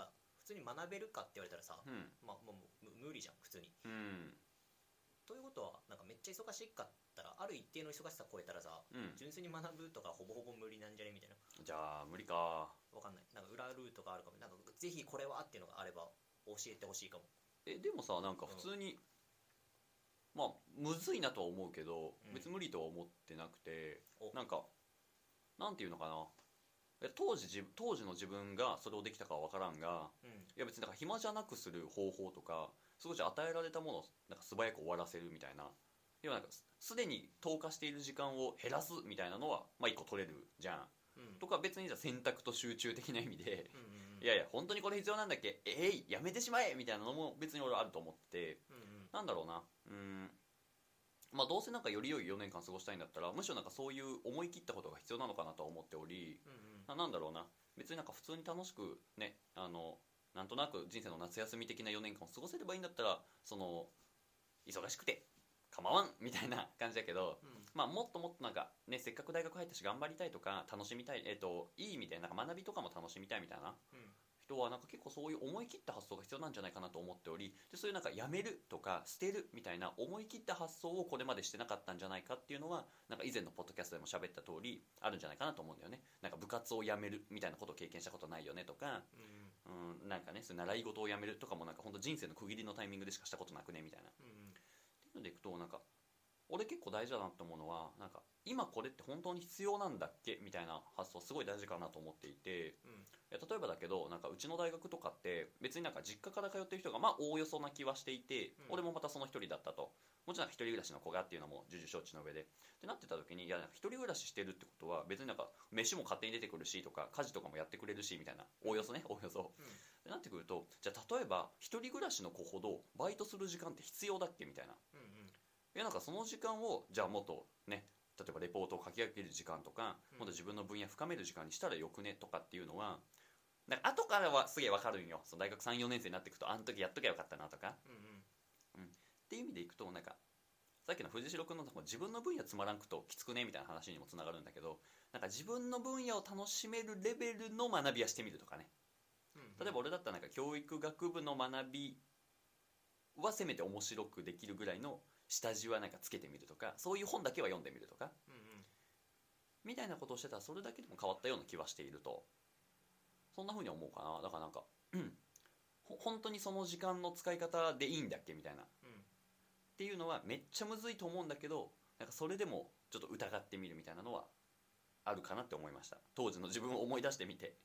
普通に学べるかって言われたらさ、まあもう無理じゃん普通に。ということはなんかめっちゃ忙しかったら、ある一定の忙しさ超えたらさ、純粋に学ぶとかほぼほぼ無理なんじゃねみたいな。 じゃあ無理か。 わかんない。なんか裏ルートがあるかも。なんかぜひこれはっていうのがあれば教えてほしいかも。 でもさ、なんか普通に、まあむずいなとは思うけど、別に無理とは思ってなくて、なんかなんていうのかな、当時の自分がそれをできたかは分からんが、いや別になんか暇じゃなくする方法とか、少し与えられたものをなんか素早く終わらせるみたいな、要はなんかすでに投下している時間を減らすみたいなのはまあ一個取れるじゃん、とか別にじゃあ選択と集中的な意味で、いやいや本当にこれ必要なんだっけ、やめてしまえみたいなのも別に俺はあると思ってて、なんだろうな、まあどうせなんかより良い4年間過ごしたいんだったら、むしろなんかそういう思い切ったことが必要なのかなとは思っており、なんだろうな、別になんか普通に楽しくね、なんとなく人生の夏休み的な4年間を過ごせればいいんだったら、その忙しくて構わんみたいな感じだけど、まあもっともっとなんかね、せっかく大学入ったし頑張りたいとか楽しみたい、いい意味でなんか学びとかも楽しみたいみたいな人はなんか結構そういう思い切った発想が必要なんじゃないかなと思っており、でそういうなんかやめるとか捨てるみたいな思い切った発想をこれまでしてなかったんじゃないかっていうのは、なんか以前のポッドキャストでも喋った通りあるんじゃないかなと思うんだよね。なんか部活をやめるみたいなことを経験したことないよねとか、なんかね、そういう習い事をやめるとかもなんか本当人生の区切りのタイミングでしかしたことなくねみたいな、っていうのでいくと、なんか俺結構大事だなと思うのは、なんか今これって本当に必要なんだっけみたいな発想すごい大事かなと思っていて、例えばだけどなんかうちの大学とかって別になんか実家から通ってる人がまあおおよそな気はしていて、俺もまたその一人だったと。もちろん一人暮らしの子がっていうのも重々承知の上でってなってた時に、いや一人暮らししてるってことは別になんか飯も勝手に出てくるしとか家事とかもやってくれるしみたいな、おおよそね、おおよそ、ってなってくると、じゃあ例えば一人暮らしの子ほどバイトする時間って必要だっけみたいな、いやなんかその時間をじゃあもっとね、例えばレポートを書き上げる時間とか、もっと自分の分野深める時間にしたらよくねとかっていうのは、なんか後からはすげえわかるんよ。その大学 3,4 年生になっていくと、あの時やっときゃよかったなとか、っていう意味でいくと、なんかさっきの藤代君の自分の分野つまらんくときつくねみたいな話にもつながるんだけど、なんか自分の分野を楽しめるレベルの学びはしてみるとかね、例えば俺だったらなんか教育学部の学びはせめて面白くできるぐらいの下地はなんかつけてみるとか、そういう本だけは読んでみるとか、みたいなことをしてたらそれだけでも変わったような気はしていると、そんな風に思うかな。だからなんか、本当にその時間の使い方でいいんだっけみたいな、っていうのはめっちゃむずいと思うんだけど、なんかそれでもちょっと疑ってみるみたいなのはあるかなって思いました。当時の自分を思い出してみて、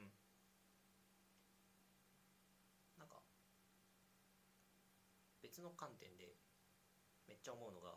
なんか別の観点でめっちゃ思うのが、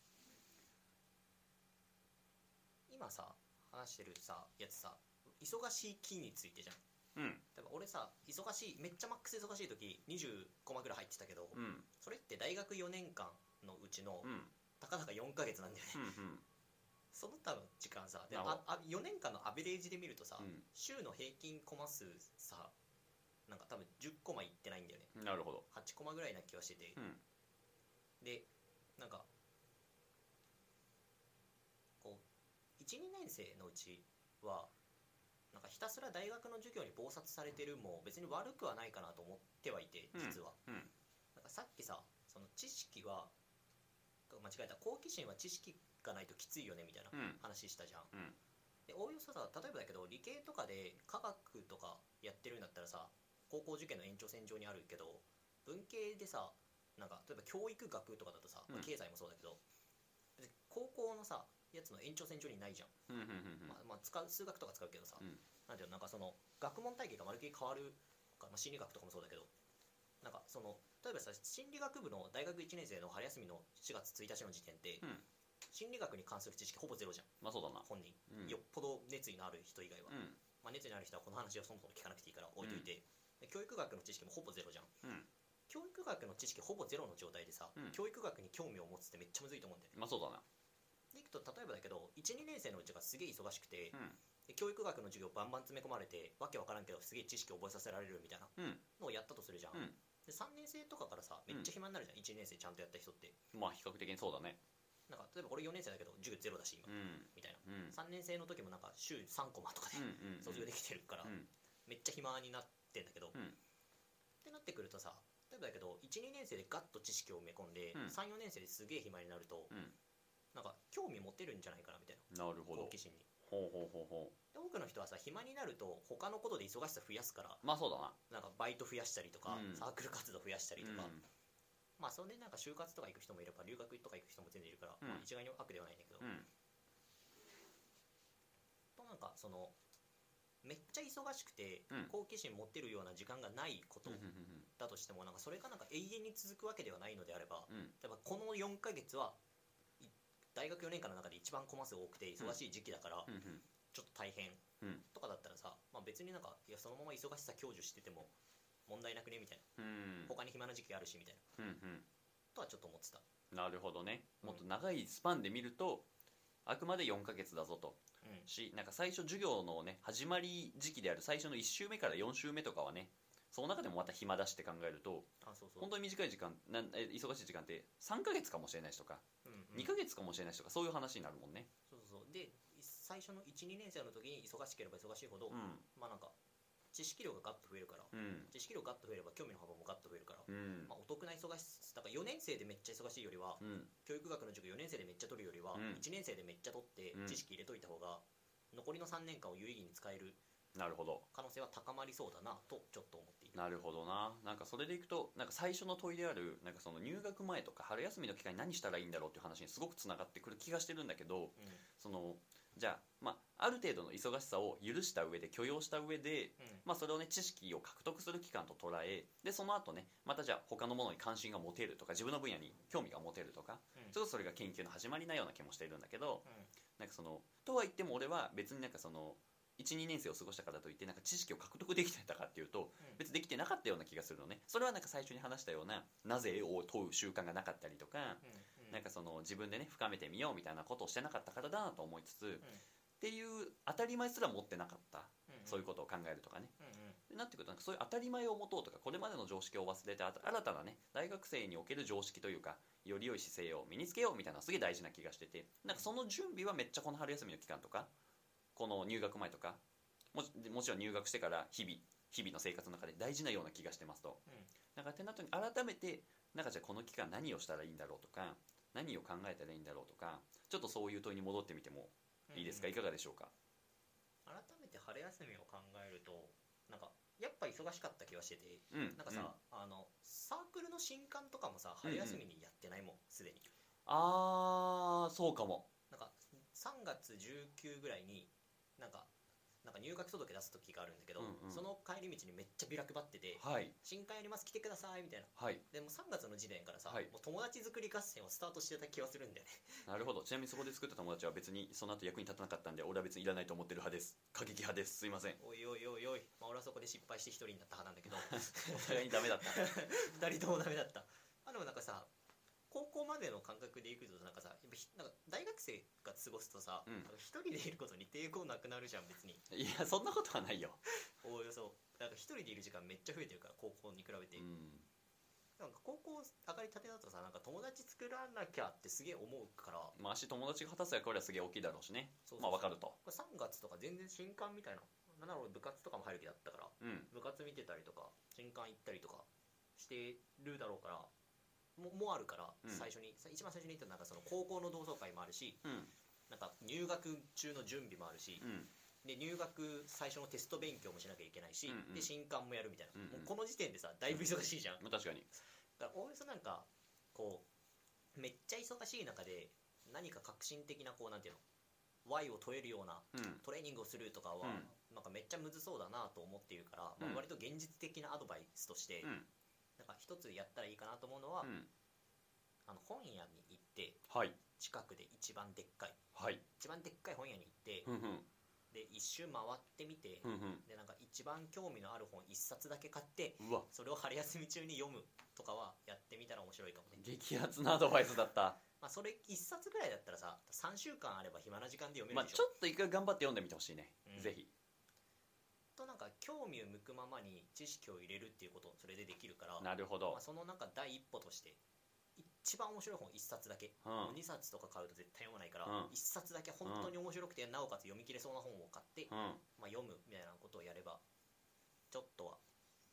今さ話してるさやつさ、忙しい期についてじゃん。例えば俺さ、忙しい、めっちゃマックス忙しい時20コマぐらい入ってたけど、それって大学4年間のうちのたかだか4ヶ月なんだよね、その他の時間さで、4年間のアベレージで見るとさ、週の平均コマ数さ、なんか多分10コマいってないんだよね。 なるほど。 8コマぐらいな気はしてて、でなんかこう 1,2 年生のうちはなんかひたすら大学の授業に忙殺されてるも別に悪くはないかなと思ってはいて、実は、なんかさっきさ、その知識は間違えた、好奇心は知識がないときついよねみたいな話したじゃん、でおおよそさ、例えばだけど理系とかで科学とかやってるんだったらさ、高校受験の延長線上にあるけど、文系でさ、なんか例えば教育学とかだとさ、経済もそうだけど高校のさやつの延長線上にないじゃん、使う数学とか使うけどさ、なんていうの、なんかその学問体系がまるっきり変わるか、心理学とかもそうだけど、なんかその例えばさ、心理学部の大学1年生の春休みの4月1日の時点で、心理学に関する知識ほぼゼロじゃん。 そうだな、 本人、よっぽど熱意のある人以外は、熱意のある人はこの話をそもそも聞かなくていいから置いといて、教育学の知識もほぼゼロじゃん、教育学の知識ほぼゼロの状態でさ、教育学に興味を持つってめっちゃむずいと思うんだよね。 そうだな。 でいくと、例えばだけど 1,2 年生のうちがすげえ忙しくて、で教育学の授業バンバン詰め込まれてわけわからんけどすげえ知識覚えさせられるみたいなのをやったとするじゃん、で3年生とかからさめっちゃ暇になるじゃん、1年生ちゃんとやった人って。 まあ比較的にそうだね。 なんか例えば俺4年生だけど授業ゼロだし今、みたいな、3年生の時もなんか週3コマとかで卒業できてるから、めっちゃ暇になってんだけど、 ってなってくるとさ、例えばだけど 1,2 年生でガッと知識を埋め込んで、3,4 年生ですげえ暇になると、なんか興味持てるんじゃないかなみたいな。 なるほど。 好奇心に。 ほうほうほうほで多くの人はさ、暇になると他のことで忙しさ増やすから、 まあそうだな。 なんかバイト増やしたりとか、 うんサークル活動増やしたりとか、 うんまあそれでなんか就活とか行く人もいれば留学とか行く人も全然いるから、まあ、一概に悪ではないんだけど、となんかそのめっちゃ忙しくて好奇心持ってるような時間がないことだとしても、なんかそれがなんか永遠に続くわけではないのであれば、例えばこの4ヶ月は大学4年間の中で一番コマ数多くて忙しい時期だからちょっと大変とかだったらさ、まあ、別になんかいやそのまま忙しさ享受してても問題なくねみたいな、他に暇な時期あるしみたいな、とはちょっと思ってた。 なるほどね。もっと長いスパンで見ると、あくまで4ヶ月だぞと、なんか最初授業のね始まり時期である最初の1週目から4週目とかはね、その中でもまた暇だしって考えると、本当に短い時間忙しい時間って3ヶ月かもしれないしとか、2ヶ月かもしれないしとか、そういう話になるもんね。 そうで最初の 1,2 年生の時に忙しければ忙しいほど、まあなんか知識量がガッと増えるから、知識量ガッと増えれば興味の幅もガッと増えるから、まあ、お得な忙しさだから4年生でめっちゃ忙しいよりは、教育学の授業4年生でめっちゃ取るよりは、1年生でめっちゃ取って知識入れといた方が、残りの3年間を有意義に使える可能性は高まりそうだなとちょっと思っている。 なるほどな。なんかそれでいくと、なんか最初の問いであるなんかその入学前とか春休みの期間に何したらいいんだろうっていう話にすごくつながってくる気がしてるんだけど、そのじゃあ、まあ、ある程度の忙しさを許した上で許容した上で、まあ、それをね知識を獲得する期間と捉え、でその後ねまたじゃあ他のものに関心が持てるとか自分の分野に興味が持てるとか、ちょっとそれが研究の始まりなような気もしているんだけど、なんかそのとは言っても俺は別になんかその 1,2 年生を過ごしたからといってなんか知識を獲得できてたかっていうと、別にできてなかったような気がするのね。それはなんか最初に話したようななぜを問う習慣がなかったりとか、なんかその自分でね深めてみようみたいなことをしてなかったからだなと思いつつ、っていう当たり前すら持ってなかった、そういうことを考えるとかね、なってくるとなんかそういう当たり前を持とうとか、これまでの常識を忘れて新たなね大学生における常識というかより良い姿勢を身につけようみたいなのがすげえ大事な気がしてて、なんかその準備はめっちゃこの春休みの期間とかこの入学前とか もちろん入学してから日々の生活の中で大事なような気がしてますと、なんかってなった時に改めてなんかじゃあこの期間何をしたらいいんだろうとか、何を考えたらいいんだろうとか、ちょっとそういう問いに戻ってみてもいいですか、いかがでしょうか。 改めて春休みを考えるとなんかやっぱ忙しかった気がしてて、なんかさ、サークルの新刊とかもさ春休みにやってないもんすでに。 そうかも。 なんか3月19ぐらいになんか入学届出す時があるんだけど、その帰り道にめっちゃビラ配ってて、新刊やります来てくださいみたいな、でも3月の時点からさ、もう友達作り合戦をスタートしてた気がするんだよね。 なるほど。ちなみにそこで作った友達は別にその後役に立たなかったんで、俺は別にいらないと思ってる派です。過激派です。すいません。 おいおいおいおい、まあ、俺はそこで失敗して1人になった派なんだけどお互いにダメだった 2人ともダメだった。でもなんかさ高校までの感覚でいくとなんかさ、やっぱなんか大学生が過ごすとさ、一人でいることに抵抗なくなるじゃん別に。 いやそんなことはないよ。 およそなんか一人でいる時間めっちゃ増えてるから高校に比べて、なんか高校上がりたてだとさ、なんか友達作らなきゃってすげえ思うから、 まあ友達が果たす役割はすげえ大きいだろうしね。まあ分かると。 これ3月とか全然新刊みたいな、なんなら俺部活とかも入る気だったから、部活見てたりとか新刊行ったりとかしてるだろうからもあるから、一番最初に言ったなんかその高校の同窓会もあるし、なんか入学中の準備もあるし、で入学最初のテスト勉強もしなきゃいけないし、で新刊もやるみたいな、もうこの時点でさだいぶ忙しいじゃん。 確かに。 だからおおよそなんかこうめっちゃ忙しい中で何か革新的なこうなんていうの Y を問えるようなトレーニングをするとかは、なんかめっちゃむずそうだなと思っているから、割と現実的なアドバイスとして、なんか一つやったらいいかなと思うのは、本屋に行って、近くで一番でっかい本屋に行って、で一周回ってみて、でなんか一番興味のある本一冊だけ買って、それを春休み中に読むとかはやってみたら面白いかもね。 激アツなアドバイスだった。 まあそれ一冊ぐらいだったらさ3週間あれば暇な時間で読めるでしょ。 ちょっと一回頑張って読んでみてほしいね、ぜひ。 となんか興味を向くままに知識を入れるっていうことそれでできるから、 なるほど、 そのなんか第一歩として一番面白い本1冊だけ、2冊とか買うと絶対読まないから、1冊だけ本当に面白くて、なおかつ読み切れそうな本を買って、読むみたいなことをやればちょっとは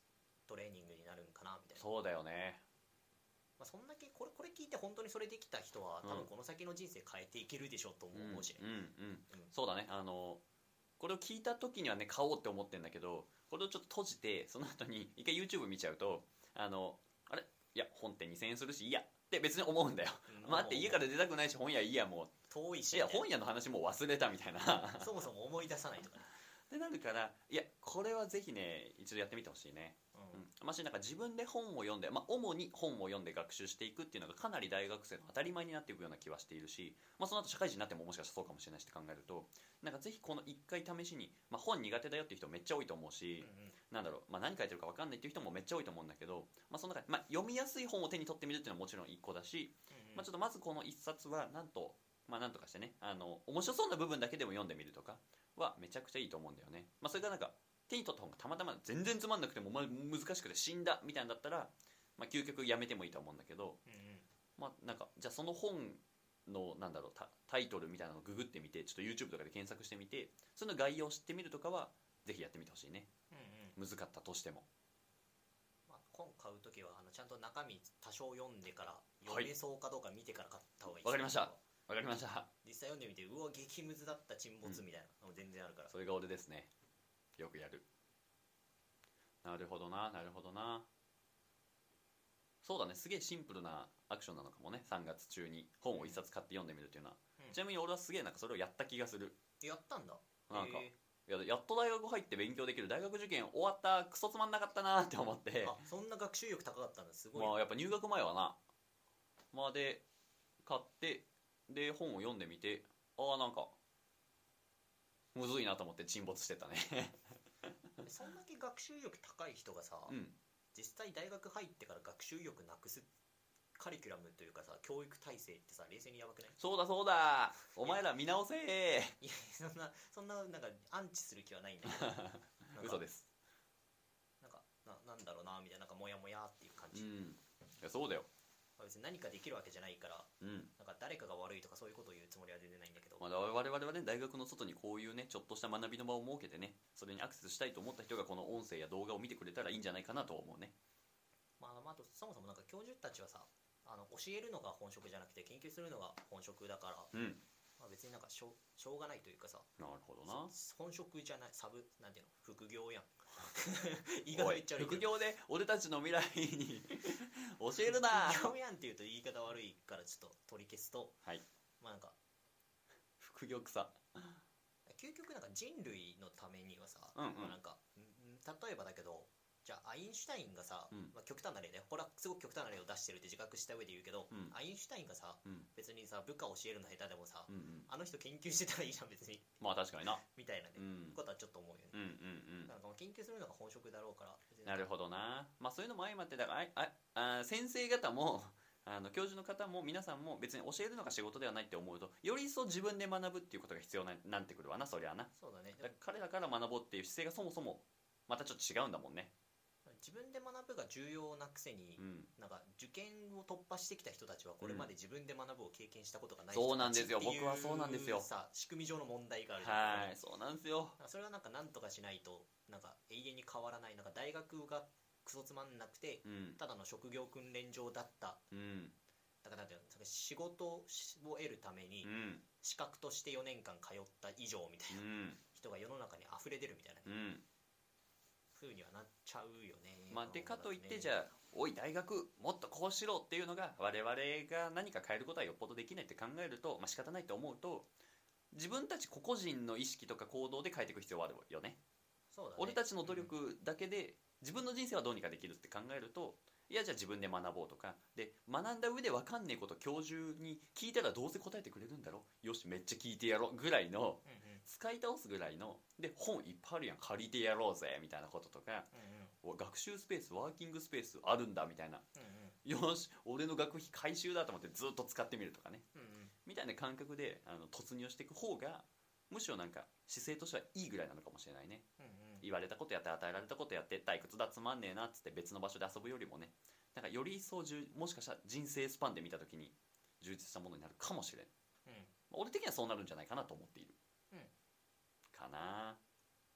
トレーニングになるんかなみたいな。 そうだよね。 まあ、そんだけこれ聞いて本当にそれできた人は多分この先の人生変えていけるでしょうと思うしね、 そうだね。これを聞いた時にはね買おうって思ってんだけど、これをちょっと閉じてその後に一回 YouTube 見ちゃうとあれいや本って2000円するしいいやって別に思うんだよ、待って家から出たくないし本屋いいやもう遠いし、 いや本屋の話もう忘れたみたいなそもそも思い出さないとかねでなるから、いやこれはぜひね一度やってみてほしいね。ましなんか自分で本を読んで、主に本を読んで学習していくっていうのがかなり大学生の当たり前になっていくような気はしているし、その後社会人になってももしかしたらそうかもしれないしって考えると、なんかぜひこの1回試しに、本苦手だよっていう人めっちゃ多いと思うし、なんだろう、何書いてるか分かんないっていう人もめっちゃ多いと思うんだけど、その中で、読みやすい本を手に取ってみるっていうのはもちろん1個だし、ちょっとまずこの1冊はなんとかしてね、面白そうな部分だけでも読んでみるとかはめちゃくちゃいいと思うんだよね。それがなんか手に取った本がたまたま全然つまんなくても、難しくて死んだみたいなんだったら、究極やめてもいいと思うんだけど、なんかじゃあその本のなんだろうタイトルみたいなのをググってみて、ちょっと YouTube とかで検索してみて、その概要を知ってみるとかはぜひやってみてほしいね、難かったとしても。 本買うときはちゃんと中身多少読んでから読めそうかどうか見てから買った方がいいです。 わかりました、わかりました。 実際読んでみてうわ激ムズだった沈没みたいなのも全然あるから、 それが俺ですね。よくやる。なるほどな、なるほどな。そうだね、すげえシンプルなアクションなのかもね。3月中に本を1冊買って読んでみるっていうのは、ちなみに俺はすげえなんかそれをやった気がする。 やったんだ。 なんかやっと大学入って勉強できる、大学受験終わったクソつまんなかったなって思って。 そんな学習欲高かったんだ、すごい。 やっぱ入学前はな、で買ってで本を読んでみて、なんかむずいなと思って沈没してたねそんだけ学習欲高い人がさ、実際大学入ってから学習欲なくすカリキュラムというかさ、教育体制ってさ、冷静にやばくない？ そうだそうだ、お前ら見直せー。 いやそんななんかアンチする気はないんだけど嘘です。 なんだろうなみたいな、なんかモヤモヤっていう感じ。 いやそうだよ。 別に何かできるわけじゃないから、なんか誰かが悪いとかそういうことを言うつもりは全然ないんだけど、 我々はね、大学の外にこういうねちょっとした学びの場を設けてね、それにアクセスしたいと思った人がこの音声や動画を見てくれたらいいんじゃないかなと思うね。 あとそもそもなんか教授たちはさ、教えるのが本職じゃなくて研究するのが本職だから、別になんかしょうがないというかさ。なるほどな。 本職じゃないなんていうの、副業やん言い方めっちゃ悪いけど、副業で俺たちの未来に教えるな。 副業やんっていうと言い方悪いからちょっと取り消すと、なんか副業草。 究極なんか人類のためにはさ、なんか例えばだけど、じゃあアインシュタインがさ、極端な例で、これはすごく極端な例を出してるって自覚した上で言うけど、アインシュタインがさ、別にさ部下教えるの下手でもさ、あの人研究してたらいいじゃん別に。 確かになみたいなね、ことはちょっと思うよね。なんか研究するのが本職だろうから。 なるほどな。そういうのも相まって、だから先生方も教授の方も皆さんも別に教えるのが仕事ではないって思うと、より一層自分で学ぶっていうことが必要になってくるわな、そりゃな。 そうだね。 だから彼らから学ぼうっていう姿勢がそもそもまたちょっと違うんだもんね。 自分で学ぶが重要なくせに、なんか受験を突破してきた人たちはこれまで自分で学ぶを経験したことがない人たちっていう、 僕はそうなんですよ。 仕組み上の問題がある。 はい、そうなんですよ。 それはなんか何とかしないとなんか永遠に変わらない。なんか大学がクソつまんなくて、ただの職業訓練場だった、だからなんていうの、仕事を得るために資格として4年間通った以上みたいな人が世の中に溢れ出るみたいな風にはなっちゃうよね。 でかといってじゃあおい大学もっとこうしろっていうのが我々が何か変えることはよっぽどできないって考えると、仕方ないと思うと、自分たち個々人の意識とか行動で変えていく必要はあるよね。 そうだね。 俺たちの努力だけで自分の人生はどうにかできるって考えると、いやじゃあ自分で学ぼうとかで、学んだ上で分かんねえこと教授に聞いたらどうせ答えてくれるんだろ、よしめっちゃ聞いてやろうぐらいの、使い倒すぐらいので、本いっぱいあるやん借りてやろうぜみたいなこととか、学習スペースワーキングスペースあるんだみたいな、よし俺の学費回収だと思ってずっと使ってみるとかね、みたいな感覚で突入していく方がむしろなんか姿勢としてはいいぐらいなのかもしれないね。言われたことやって与えられたことやって退屈だつまんねえなっつって別の場所で遊ぶよりもね、なんかより一層もしかしたら人生スパンで見た時に充実したものになるかもしれん、俺的にはそうなるんじゃないかなと思っている、かな。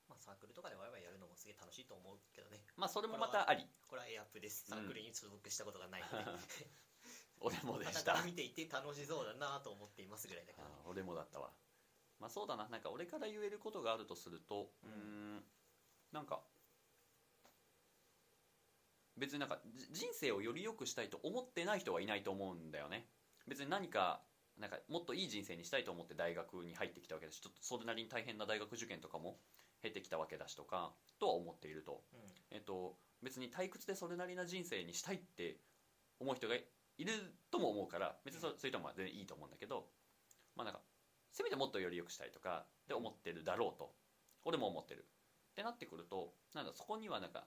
まあ、サークルとかでワイワイやるのもすげえ楽しいと思うけどね。 まあそれもまたあり。 これはエアップです。サークルに所属したことがないので、 俺もでした。 見ていて楽しそうだなと思っていますぐらいだから、ね、 俺もだったわ。まあそうだな、なんか俺から言えることがあるとすると、なんか別になんか人生をより良くしたいと思ってない人はいないと思うんだよね。別に何かなんかもっといい人生にしたいと思って大学に入ってきたわけだし、ちょっとそれなりに大変な大学受験とかも経てきたわけだしとかとは思っていると、別に退屈でそれなりな人生にしたいって思う人がいるとも思うから、別にそういう人も全然いいと思うんだけど、まあなんかせめてもっとより良くしたいとかって思ってるだろうと俺も思ってるってなってくると、なんだそこにはなんか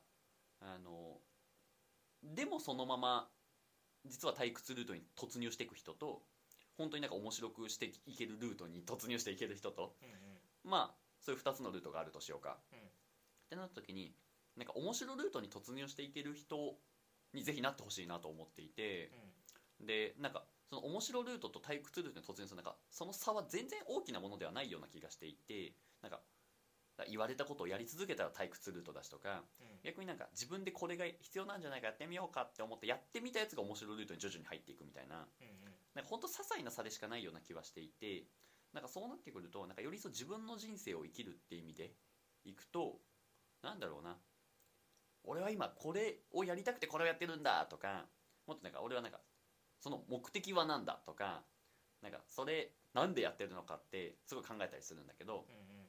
でもそのまま実は退屈ルートに突入していく人と、本当になんか面白くしていけるルートに突入していける人と、まあそういう2つのルートがあるとしようか、ってなった時になんか面白ルートに突入していける人にぜひなってほしいなと思っていて、でなんかその面白ルートと退屈ルートに突入するなんかその差は全然大きなものではないような気がしていて、なんか言われたことをやり続けたら退屈ルートだしとか、逆になんか自分でこれが必要なんじゃないかやってみようかって思ってやってみたやつが面白いルートに徐々に入っていくみたいな、なんか本当些細な差でしかないような気はしていて、なんかそうなってくるとなんかよりそう自分の人生を生きるって意味でいくと、なんだろうな、俺は今これをやりたくてこれをやってるんだとか、もっとなんか俺はなんかその目的は何だとか、なんかそれなんでやってるのかってすごい考えたりするんだけど、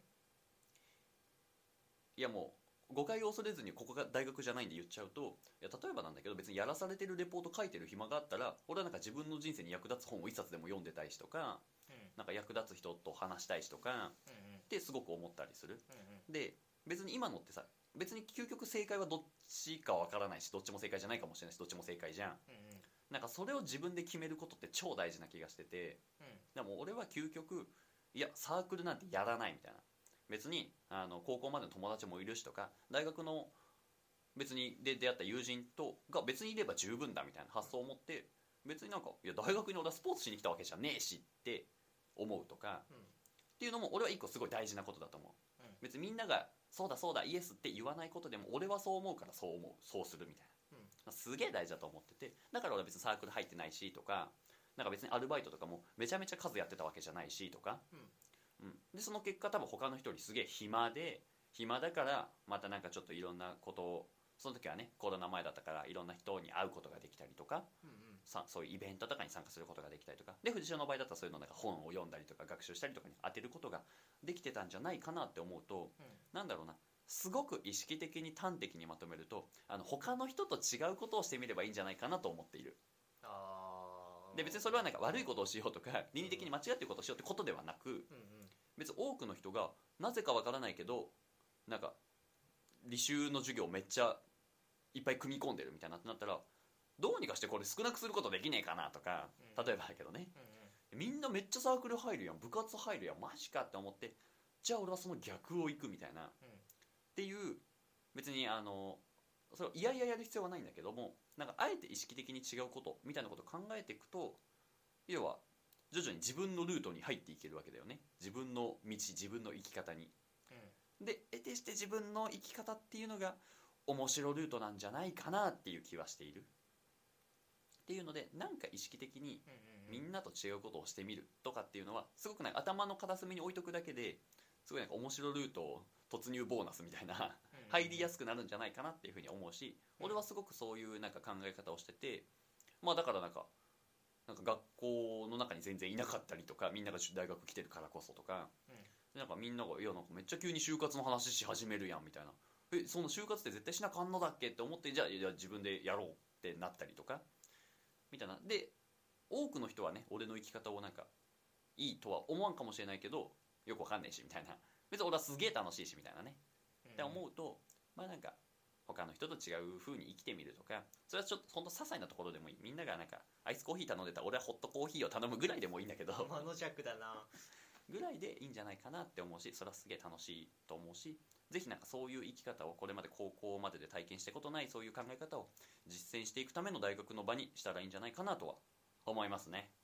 いやもう誤解を恐れずにここが大学じゃないんで言っちゃうと、いや例えばなんだけど別にやらされてるレポート書いてる暇があったら俺はなんか自分の人生に役立つ本を一冊でも読んでたいしとか、なんか役立つ人と話したいしとかってすごく思ったりする。で別に今のってさ、別に究極正解はどっちかわからないし、どっちも正解じゃないかもしれないし、どっちも正解じゃん。なんかそれを自分で決めることって超大事な気がしてて、でも俺は究極いやサークルなんてやらないみたいな、別に高校までの友達もいるしとか、大学の別にで出会った友人とが別にいれば十分だみたいな発想を持って、別になんかいや大学に俺はスポーツしに来たわけじゃねえしって思うとか、っていうのも俺は一個すごい大事なことだと思う。別にみんながそうだそうだイエスって言わないことでも俺はそう思うからそう思う、そうするみたいな、すげえ大事だと思ってて、だから俺は別にサークル入ってないしとか、なんか別にアルバイトとかもめちゃめちゃ数やってたわけじゃないしとか、でその結果多分他の人よりすげえ暇だからまたなんかちょっといろんなことを、その時はねコロナ前だったからいろんな人に会うことができたりとか、そういうイベントとかに参加することができたりとかで、藤代の場合だったらそういうのなんか本を読んだりとか学習したりとかに当てることができてたんじゃないかなって思うと、なんだろうな、すごく意識的に端的にまとめると他の人と違うことをしてみればいいんじゃないかなと思っている。で別にそれはなんか悪いことをしようとか倫理的に間違ってることをしようってことではなく、別に多くの人がなぜかわからないけどなんか履修の授業めっちゃいっぱい組み込んでるみたいなってなったら、どうにかしてこれ少なくすることできねえかなとか、例えばだけどね、みんなめっちゃサークル入るやん、部活入るやん、マジかって思って、じゃあ俺はその逆を行くみたいな、っていう、別にそれをいやいややる必要はないんだけども、なんかあえて意識的に違うことみたいなことを考えていくと、要は徐々に自分のルートに入っていけるわけだよね。自分の道、自分の生き方に、で得てして自分の生き方っていうのが面白ルートなんじゃないかなっていう気はしている。っていうので、なんか意識的にみんなと違うことをしてみるとかっていうのはすごくなんか頭の片隅に置いとくだけですごいなんか面白ルート突入ボーナスみたいな入りやすくなるんじゃないかなっていうふうに思うし、俺はすごくそういうなんか考え方をしてて、まあだからなんか学校の中に全然いなかったりとか、みんなが大学来てるからこそとか、なんかみんながいやなんかめっちゃ急に就活の話し始めるやんみたいな、その就活って絶対しなあかんのだっけって思って、じゃあ自分でやろうってなったりとかみたいな。で多くの人はね俺の生き方をなんかいいとは思わんかもしれないけど、よくわかんないしみたいな、別に俺はすげえ楽しいしみたいなね、って思うと、まあなんか他の人と違う風に生きてみるとか、それはちょっとほんと些細なところでもいい。みんながなんかアイスコーヒー頼んでたら俺はホットコーヒーを頼むぐらいでもいいんだけど、 天の弱だなぐらいでいいんじゃないかなって思うし、それはすげえ楽しいと思うし、ぜひなんかそういう生き方をこれまで高校までで体験したことないそういう考え方を実践していくための大学の場にしたらいいんじゃないかなとは思いますね。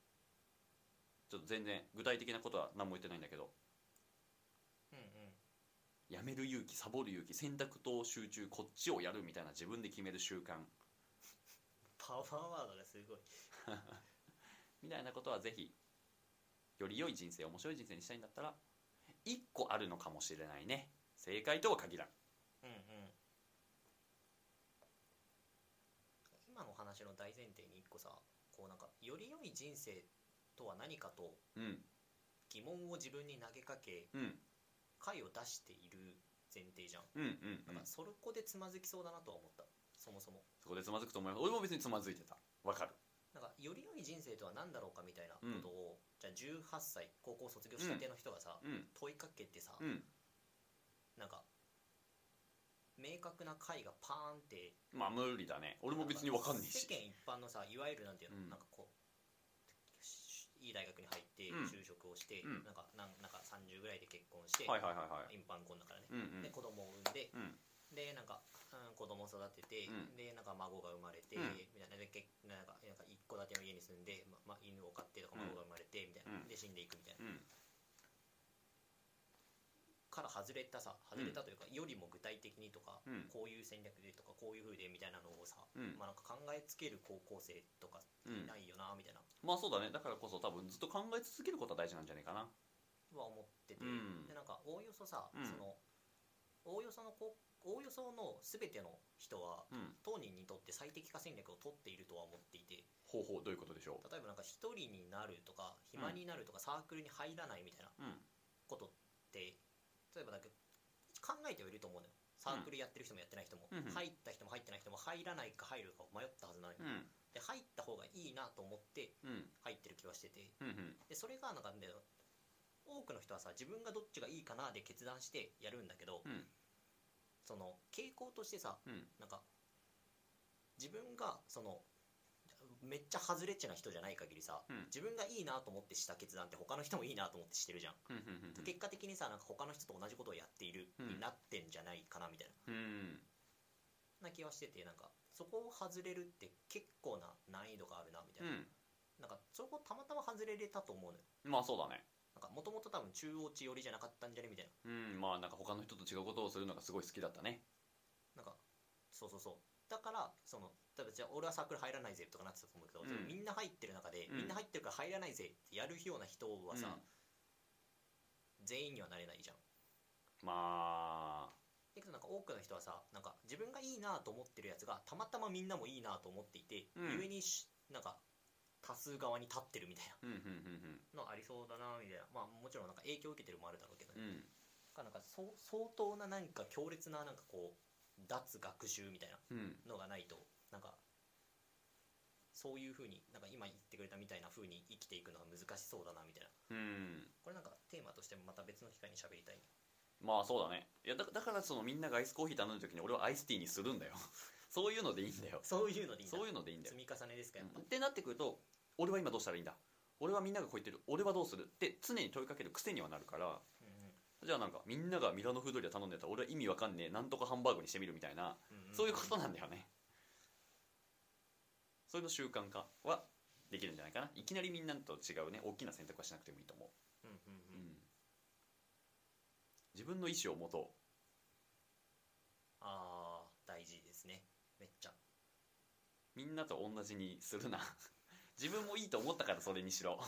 ちょっと全然具体的なことは何も言ってないんだけど、いやめる勇気、サボる勇気、選択と集中、こっちをやるみたいな自分で決める習慣パワーワードがすごいみたいなことはぜひより良い人生、面白い人生にしたいんだったら1個あるのかもしれないね。正解とは限らん。 うんうん。今の話の大前提に1個さ、こうなんかより良い人生とは何かと疑問を自分に投げかけ、解を出している前提じゃん。だからそこでつまずきそうだなとは思った。そもそもそこでつまずくと思います。俺も別につまずいてた。わかる。 なんかより良い人生とは何だろうかみたいなことを、じゃあ18歳高校卒業したての人がさ、問いかけてさ、なんか明確な解がパーンって、 まあ無理だね。俺も別に分かんないし。 世間一般のさ、いわゆるなんていうの、なんかこういい大学に入って就職をして、なんか30ぐらいで結婚して、一般婚だからね、で子供を産んで、でなんか、子供を育てて、でなんか孫が生まれて、みたいなでなんか一戸建ての家に住んで、犬を飼ってとか孫が生まれてみたいな、で死んでいくみたいな、から外れたというか、よりも具体的にとか、こういう戦略でとかこういう風でみたいなのをさ、なんか考えつける高校生とかいないよなみたいな、 まあそうだね。だからこそ多分ずっと考え続けることは大事なんじゃないかなは思ってて、でなんかおおよそさ、おおよその全ての人は、当人にとって最適化戦略を取っているとは思っていて、 どういうことでしょう。 例えばなんか一人になるとか暇になるとか、サークルに入らないみたいなことって、例えばだけ考えてはいると思うのよ。サークルやってる人もやってない人も、入った人も入ってない人も、入らないか入るか迷ったはずなのよ、で入った方がいいなと思って入ってる気はしてて、でそれがなんか多くの人はさ、自分がどっちがいいかなで決断してやるんだけど、その傾向としてさ、なんか自分がそのめっちゃ外れっちゃな人じゃない限りさ、自分がいいなと思ってした決断って他の人もいいなと思ってしてるじゃん、結果的にさ、なんか他の人と同じことをやっている、になってんじゃないかなみたいな、な気はしてて、なんかそこを外れるって結構な難易度があるなみたいな、なんかそこたまたま外れれたと思うのよ。 まあそうだね。 なんかもともと多分中央値寄りじゃなかったんじゃねみたいな。 まあなんか他の人と違うことをするのがすごい好きだったね。 なんかそうだから例えばじゃあ俺はサークル入らないぜとかなってたと思うけど、みんな入ってる中で、みんな入ってるから入らないぜってやるような人はさ、全員にはなれないじゃん。 まあだけどなんか多くの人はさ、なんか自分がいいなと思ってるやつがたまたまみんなもいいなと思っていて、故になんか多数側に立ってるみたいなのありそうだなみたいな。まあもちろんなんか影響を受けてるもあるだろうけどね、なんか相当ななんか強烈ななんかこう脱学習みたいなのがないと、なんかそういう風になんか今言ってくれたみたいな風に生きていくのは難しそうだなみたいな、これなんかテーマとしてもまた別の機会に喋りたいね。 まあそうだね。いやだからそのみんながアイスコーヒー頼む時に俺はアイスティーにするんだよそういうのでいいんだよ。 そういうのでいいんだ。積み重ねですかやっぱ、 ってなってくると、俺は今どうしたらいいんだ、俺はみんながこう言ってる、俺はどうするって常に問いかける癖にはなるから、じゃあなんかみんながミラノ風ドリア頼んでたら俺は意味わかんねえ、なんとかハンバーグにしてみるみたいな、そういうことなんだよね。そういうの習慣化はできるんじゃないかな。いきなりみんなと違うね大きな選択はしなくてもいいと思う。自分の意思を持とう。 大事ですね。めっちゃみんなと同じにするな自分もいいと思ったからそれにしろ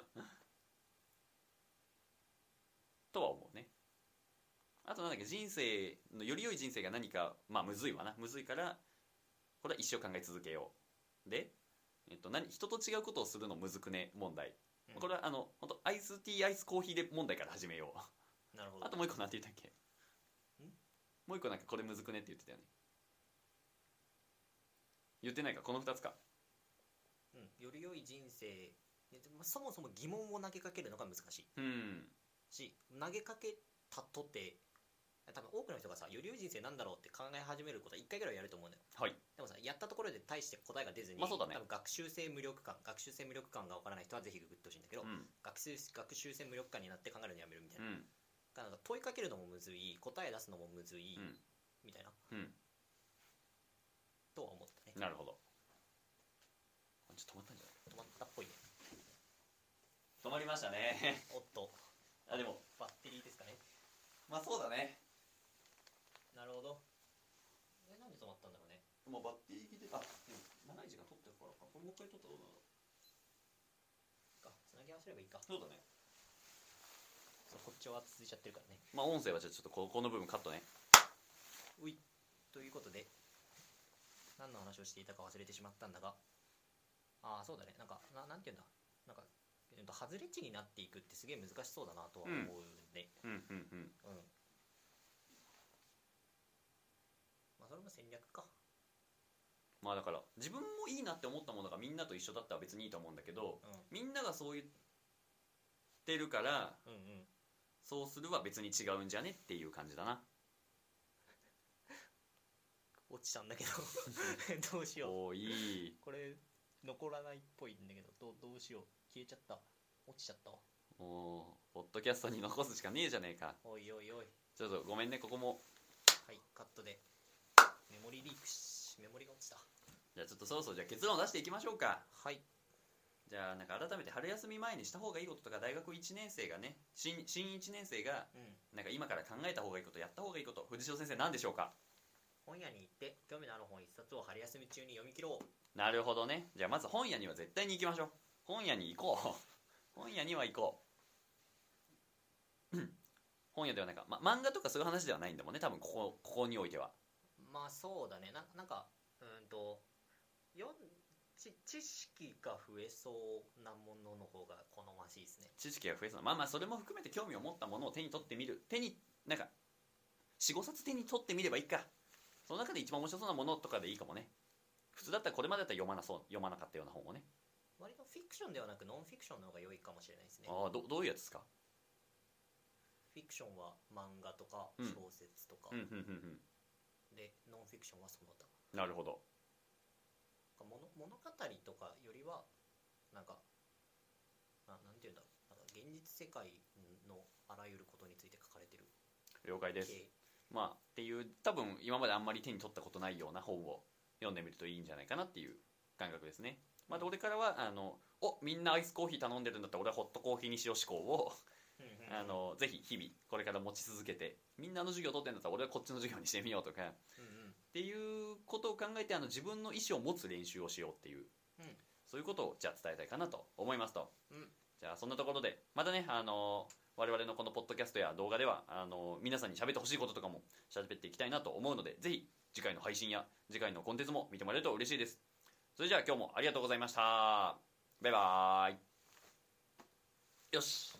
とは思うね。あとなんだっけ、人生のより良い人生が何か、まあむずいわな。むずいからこれは一生考え続けよう。で、人と違うことをするのむずくね問題、これは本当アイスティーアイスコーヒーで問題から始めようなるほど。 あともう一個なんて言ったっけ、もう一個なんかこれむずくねって言ってたよね。言ってないか、この2つか。 より良い人生、そもそも疑問を投げかけるのが難しい、し、投げかけたとて多分多くの人がさ、より良い人生なんだろうって考え始めることは1回ぐらいやると思うんだよ。でもさ、やったところで大して答えが出ずに、 そうだね、 多分学習性無力感が分からない人はぜひググってほしいんだけど、学習性無力感になって考えるのやめるみたいな、なんか問いかけるのもむずい、答え出すのもむずい、みたいな、とは思ったね。 なるほど。ちょっと止まったんじゃない？ 止まったっぽいね。 止まりましたねおっと、 でもバッテリーですかね。 まあそうだね。 回撮ったのかつなぎ合わせればいいか。 そうだね。 そうこっちは続いちゃってるからね。 まあ音声はじゃあちょっとこの部分カットね。 ういということで何の話をしていたか忘れてしまったんだが、ああそうだね、なんていうんだ、なんか外れ値になっていくってすげえ難しそうだなとは思うね。まあそれも戦略か。 まあだから自分もいいなって思ったものがみんなと一緒だったら別にいいと思うんだけど、みんながそう言ってるから、そうするは別に違うんじゃねっていう感じだな。 落ちたんだけどどうしよう。 おーいい。 これ残らないっぽいんだけど、どうしよう。消えちゃった。落ちちゃったわ。 おー、ポッドキャストに残すしかねえじゃねえか。 おいおいおい。 ちょっとごめんね、ここも。 はい、カットで。メモリリークメモリが落ちた。 じゃあちょっとそろそろじゃあ結論を出していきましょうか。 はい。 じゃあなんか改めて春休み前にした方がいいこととか、大学1年生がね、新1年生がなんか今から考えた方がいいこと、やった方がいいこと、藤代先生何でしょうか。 本屋に行って興味のある本一冊を春休み中に読み切ろう。 なるほどね。じゃあまず本屋には絶対に行きましょう。本屋に行こう本屋には行こう本屋ではなんか、漫画とかそういう話ではないんだもんね、多分ここにおいては。 まあそうだね。なんか知識が増えそうなものの方が好ましいですね。 知識が増えそうな、それも含めて興味を持ったものを手に取ってみる。なんか 4,5 冊手に取ってみればいいか。その中で一番面白そうなものとかでいいかもね。普通だったらこれまでだったら読まなかったような本をね。 割とフィクションではなくノンフィクションの方が良いかもしれないですね。 ああ、どういうやつですか。 フィクションは漫画とか小説とか、でノンフィクションはその他。 なるほど。 物語とかよりはなんていうんだろう、なんか現実世界のあらゆることについて書かれてる。 了解です。っていう多分今まであんまり手に取ったことないような本を読んでみるといいんじゃないかなっていう感覚ですね。俺からはみんなアイスコーヒー頼んでるんだったら俺はホットコーヒーにしよう思考をぜひ日々これから持ち続けて、みんなの授業取ってんだったら俺はこっちの授業にしてみようとか、っていうことを考えて自分の意思を持つ練習をしようっていう、そういうことをじゃあ伝えたいかなと思いますと。じゃあそんなところでまたね、我々のこのポッドキャストや動画では皆さんに喋ってほしいこととかも喋っていきたいなと思うので、ぜひ次回の配信や次回のコンテンツも見てもらえると嬉しいです。それじゃあ今日もありがとうございました。バイバーイ。よし。